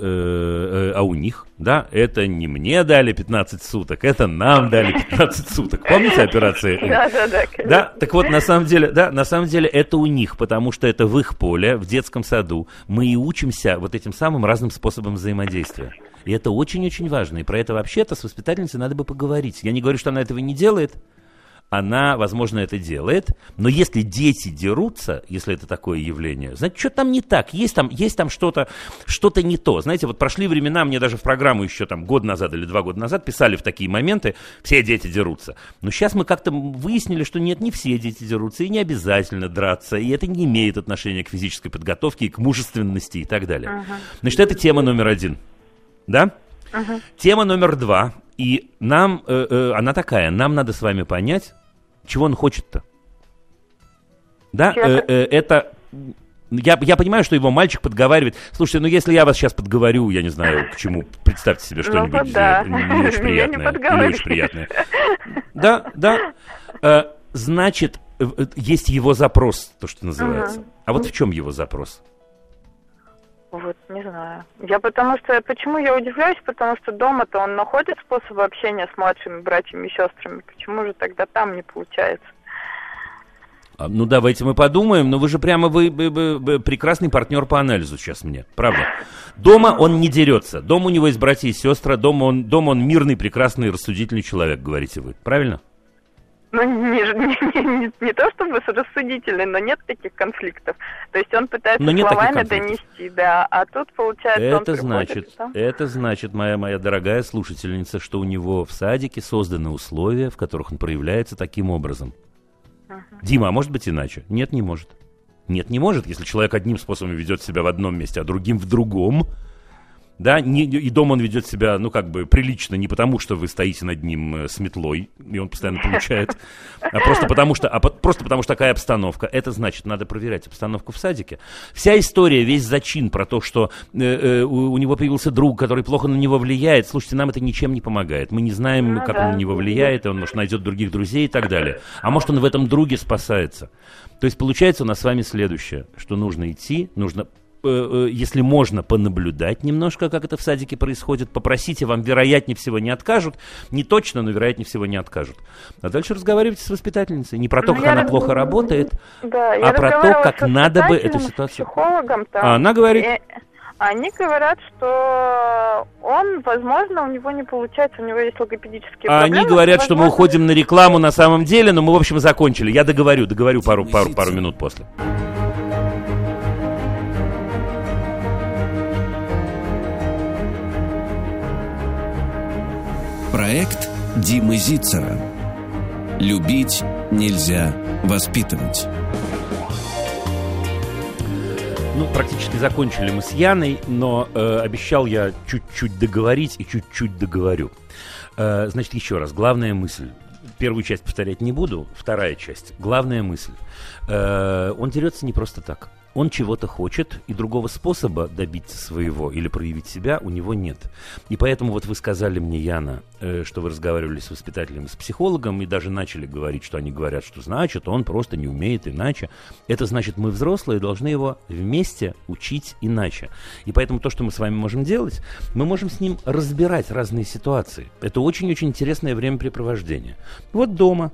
а у них? Да, это не мне дали 15 суток, это нам дали 15 суток. Помните операцию? Да, так вот, на самом деле это у них, потому что это в их поле, в детском саду. Мы и учимся вот этим самым разным способам взаимодействия. И это очень-очень важно. И про это вообще-то с воспитательницей надо бы поговорить. Я не говорю, что она этого не делает. Она, возможно, это делает, но если дети дерутся, если это такое явление, знаете, что там не так, есть там что-то не то. Знаете, вот прошли времена, мне даже в программу еще там год назад или 2 года назад писали в такие моменты, все дети дерутся. Но сейчас мы как-то выяснили, что нет, не все дети дерутся, и не обязательно драться, и это не имеет отношения к физической подготовке, и к мужественности и так далее. Значит, это тема номер 1, да? Тема номер 2, и нам, она такая, нам надо с вами понять, чего он хочет-то. Да, это... Я понимаю, что его мальчик подговаривает. Слушайте, если я вас сейчас подговорю, я не знаю, к чему, представьте себе что-нибудь не очень приятное. Не очень приятное. Да. Значит, есть его запрос, то, что называется. А вот в чем его запрос? Вот, не знаю. Почему я удивляюсь? Потому что дома-то он находит способы общения с младшими братьями и сестрами. Почему же тогда там не получается? Ну, давайте мы подумаем. Но вы же прямо вы прекрасный партнер по анализу сейчас мне. Правда. Дома он не дерется. Дома у него есть братья и сестры. Дома он мирный, прекрасный, рассудительный человек, говорите вы. Правильно? ну, не то чтобы рассудительный, но нет таких конфликтов. То есть он пытается словами донести, да, а тут получается это значит, моя дорогая слушательница, что у него в садике созданы условия, в которых он проявляется таким образом. Дима, а может быть иначе? Нет, не может. Нет, не может, если человек одним способом ведет себя в одном месте, а другим в другом. Да, и дома он ведет себя, ну, как бы, прилично, не потому, что вы стоите над ним с метлой, и он постоянно получает, а просто потому, что такая обстановка. Это значит, надо проверять обстановку в садике. Вся история, весь зачин про то, что у него появился друг, который плохо на него влияет, слушайте, нам это ничем не помогает. Мы не знаем, как он на него влияет, и он, может, найдет других друзей и так далее. А может, он в этом друге спасается. То есть, получается у нас с вами следующее, что нужно идти, если можно, понаблюдать немножко, как это в садике происходит, попросите, вам вероятнее всего не откажут, не точно, но вероятнее всего не откажут. А дальше разговаривайте с воспитательницей, не про то, как она плохо работает, а про то, как надо бы эту ситуацию... А она говорит... Они говорят, что он, возможно, у него не получается, у него есть логопедические проблемы. Они говорят, что мы уходим на рекламу на самом деле, но мы, в общем, закончили. Я договорю пару минут после. Проект Димы Зицера. Любить нельзя воспитывать. Ну, практически закончили мы с Яной, но обещал я чуть-чуть договорить и чуть-чуть договорю. Значит, еще раз, главная мысль. Первую часть повторять не буду, вторая часть. Главная мысль. Он дерется не просто так. Он чего-то хочет, и другого способа добиться своего или проявить себя у него нет. И поэтому вот вы сказали мне, Яна, что вы разговаривали с воспитателем, с психологом, и даже начали говорить, что они говорят, что значит, он просто не умеет иначе. Это значит, мы взрослые должны его вместе учить иначе. И поэтому то, что мы с вами можем делать, мы можем с ним разбирать разные ситуации. Это очень-очень интересное времяпрепровождение. Вот дома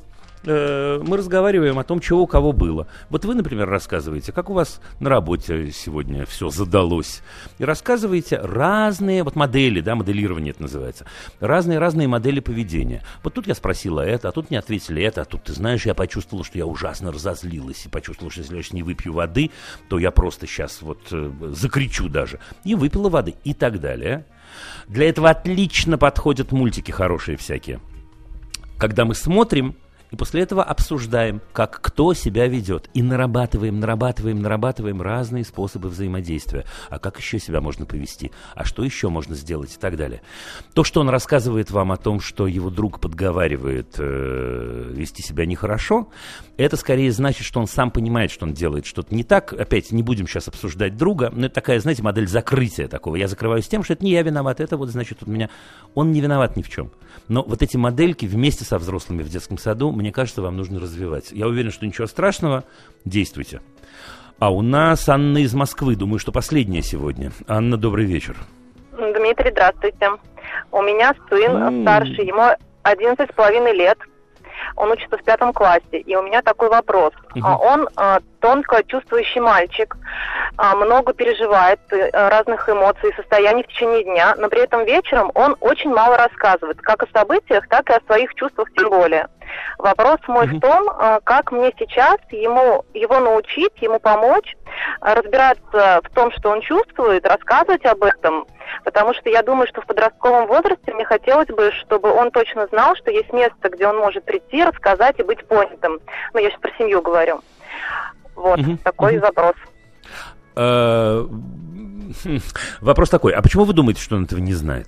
мы разговариваем о том, чего у кого было. Вот вы, например, рассказываете, как у вас на работе сегодня все задалось. И рассказываете разные вот модели, да, моделирование это называется. Разные модели поведения. Вот тут я спросила это, а тут мне ответили это, а тут, ты знаешь, я почувствовала, что я ужасно разозлилась. И почувствовала, что если я сейчас не выпью воды, то я просто сейчас вот закричу даже. И выпила воды и так далее. Для этого отлично подходят мультики хорошие всякие. Когда мы смотрим, и после этого обсуждаем, как кто себя ведет. И нарабатываем разные способы взаимодействия. А как еще себя можно повести? А что еще можно сделать? И так далее. То, что он рассказывает вам о том, что его друг подговаривает вести себя нехорошо, это скорее значит, что он сам понимает, что он делает что-то не так. Опять, не будем сейчас обсуждать друга, но это такая, знаете, модель закрытия такого. Я закрываюсь тем, что это не я виноват, это вот, значит, у меня... Он не виноват ни в чем. Но вот эти модельки вместе со взрослыми в детском саду, мне кажется, вам нужно развивать. Я уверен, что ничего страшного, действуйте. А у нас Анна из Москвы, думаю, что последняя сегодня. Анна, добрый вечер. Дмитрий, здравствуйте. У меня сын старший, ему 11,5 лет. Он учится в 5 классе, и у меня такой вопрос. Он тонко чувствующий мальчик, много переживает разных эмоций и состояний в течение дня, но при этом вечером он очень мало рассказывает, как о событиях, так и о своих чувствах тем более. Вопрос мой в том, как мне сейчас его научить, ему помочь, разбираться в том, что он чувствует, рассказывать об этом, потому что я думаю, что в подростковом возрасте мне хотелось бы, чтобы он точно знал, что есть место, где он может прийти, рассказать и быть понятым. Ну, я сейчас про семью говорю. Вот, такой вопрос. Вопрос такой, а почему вы думаете, что он этого не знает?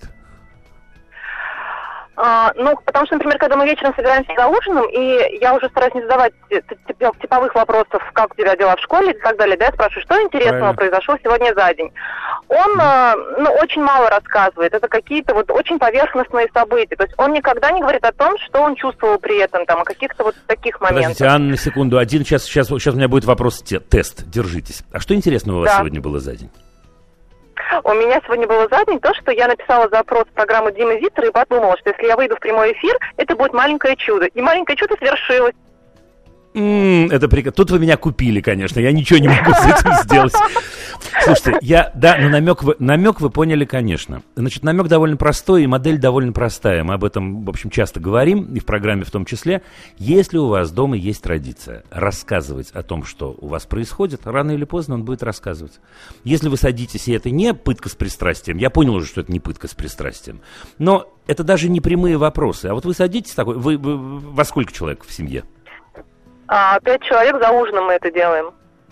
Потому что, например, когда мы вечером собираемся за ужином, и я уже стараюсь не задавать типовых вопросов, как у тебя дела в школе и так далее, да, я спрашиваю, что интересного произошло сегодня за день. Он, очень мало рассказывает, это какие-то вот очень поверхностные события, то есть он никогда не говорит о том, что он чувствовал при этом, там, о каких-то вот таких моментах. Подождите, Анна, на секунду, сейчас у меня будет вопрос, тест, держитесь. А что интересного у вас сегодня было за день? У меня сегодня было за день то, что я написала запрос в программу Димы Зицера и подумала, что если я выйду в прямой эфир, это будет маленькое чудо. И маленькое чудо свершилось. Это прекрасно. Тут вы меня купили, конечно. Я ничего не могу с этим сделать. Слушайте, намек вы поняли, конечно. Значит, намек довольно простой, и модель довольно простая. Мы об этом, в общем, часто говорим, и в программе в том числе. Если у вас дома есть традиция рассказывать о том, что у вас происходит, рано или поздно он будет рассказывать. Если вы садитесь, и это не пытка с пристрастием, я понял уже, что это не пытка с пристрастием, но это даже не прямые вопросы. А вот вы садитесь такой, вы во сколько человек в семье? 5 человек за ужином мы это делаем.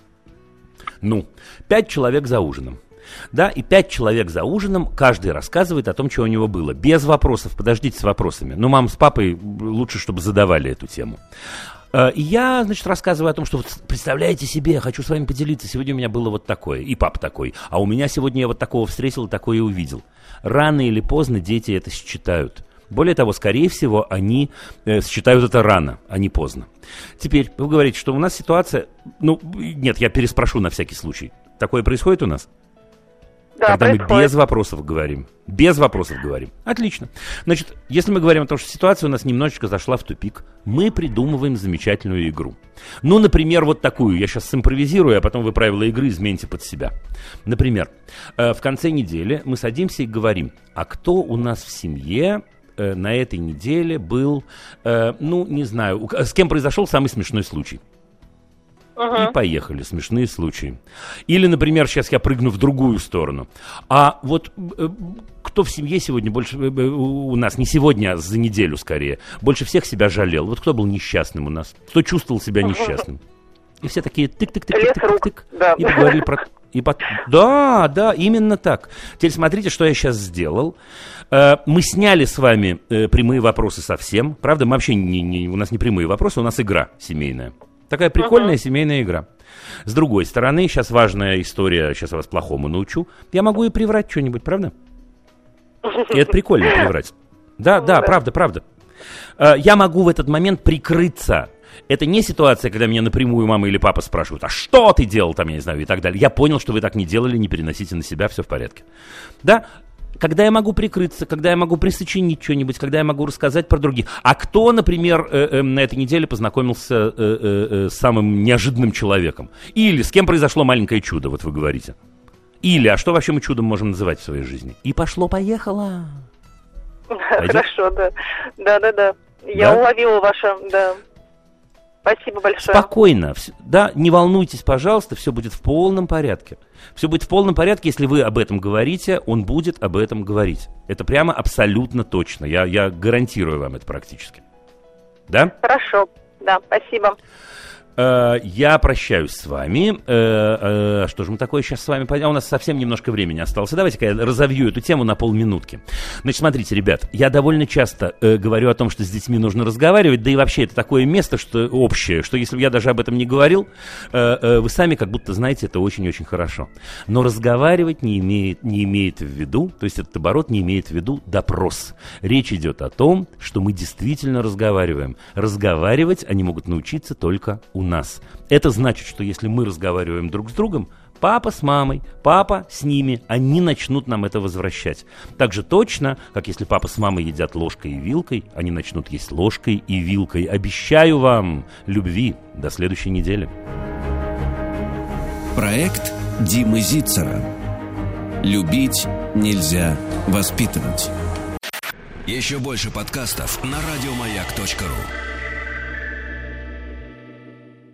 5 человек за ужином. Да, и 5 человек за ужином, каждый рассказывает о том, что у него было. Без вопросов, подождите с вопросами. Мама с папой лучше, чтобы задавали эту тему. И я, значит, рассказываю о том, что вот представляете себе, я хочу с вами поделиться, сегодня у меня было вот такое, и папа такой, а у меня сегодня я вот такого встретил, такое увидел. Рано или поздно дети это считают. Более того, скорее всего, они считают это рано, а не поздно. Теперь вы говорите, что у нас ситуация... Нет, я переспрошу на всякий случай. Такое происходит у нас? Да, когда происходит. Мы без вопросов говорим. Без вопросов говорим. Отлично. Значит, если мы говорим о том, что ситуация у нас немножечко зашла в тупик, мы придумываем замечательную игру. Например, вот такую. Я сейчас симпровизирую, а потом вы правила игры измените под себя. Например, в конце недели мы садимся и говорим, а кто у нас в семье... на этой неделе был, не знаю, с кем произошел самый смешной случай. И поехали, смешные случаи. Или, например, сейчас я прыгну в другую сторону. А вот кто в семье сегодня больше, у нас, не сегодня, а за неделю скорее, больше всех себя жалел? Вот кто был несчастным у нас? Кто чувствовал себя несчастным? И все такие тык-тык-тык-тык-тык-тык. Да. И поговорили про... Да, именно так. Теперь смотрите, что я сейчас сделал. Мы сняли с вами прямые вопросы совсем. Правда, мы вообще у нас не прямые вопросы, у нас игра семейная. Такая прикольная семейная игра. С другой стороны, сейчас важная история, сейчас я вас плохому научу. Я могу и приврать что-нибудь, правда? И это прикольно приврать. Да, правда. Я могу в этот момент прикрыться. Это не ситуация, когда меня напрямую мама или папа спрашивают, а что ты делал там, я не знаю, и так далее. Я понял, что вы так не делали, не переносите на себя, все в порядке. Да, когда я могу прикрыться, когда я могу присочинить что-нибудь, когда я могу рассказать про других. А кто, например, на этой неделе познакомился с самым неожиданным человеком? Или с кем произошло маленькое чудо, вот вы говорите. Или, а что вообще мы чудом можем называть в своей жизни? И пошло-поехало. Хорошо, да. Я уловила ваше, да. Спасибо большое. Спокойно, да, не волнуйтесь, пожалуйста, все будет в полном порядке. Все будет в полном порядке, если вы об этом говорите, он будет об этом говорить. Это прямо абсолютно точно, я гарантирую вам это практически. Да? Хорошо, да, спасибо. Я прощаюсь с вами. Что же мы такое сейчас с вами пойдем? У нас совсем немножко времени осталось. Давайте-ка я разовью эту тему на полминутки. Значит, смотрите, ребят, я довольно часто говорю о том, что с детьми нужно разговаривать, да и вообще это такое место, что общее, что если бы я даже об этом не говорил, вы сами как будто знаете это очень-очень хорошо. Но разговаривать не имеет в виду, то есть этот оборот не имеет в виду допрос. Речь идет о том, что мы действительно разговариваем. Разговаривать они могут научиться только у нас. Это значит, что если мы разговариваем друг с другом, папа с мамой, папа с ними, они начнут нам это возвращать. Так же точно, как если папа с мамой едят ложкой и вилкой, они начнут есть ложкой и вилкой. Обещаю вам любви. До следующей недели. Проект Димы Зицера. Любить нельзя воспитывать. Еще больше подкастов на радиомаяк.ру.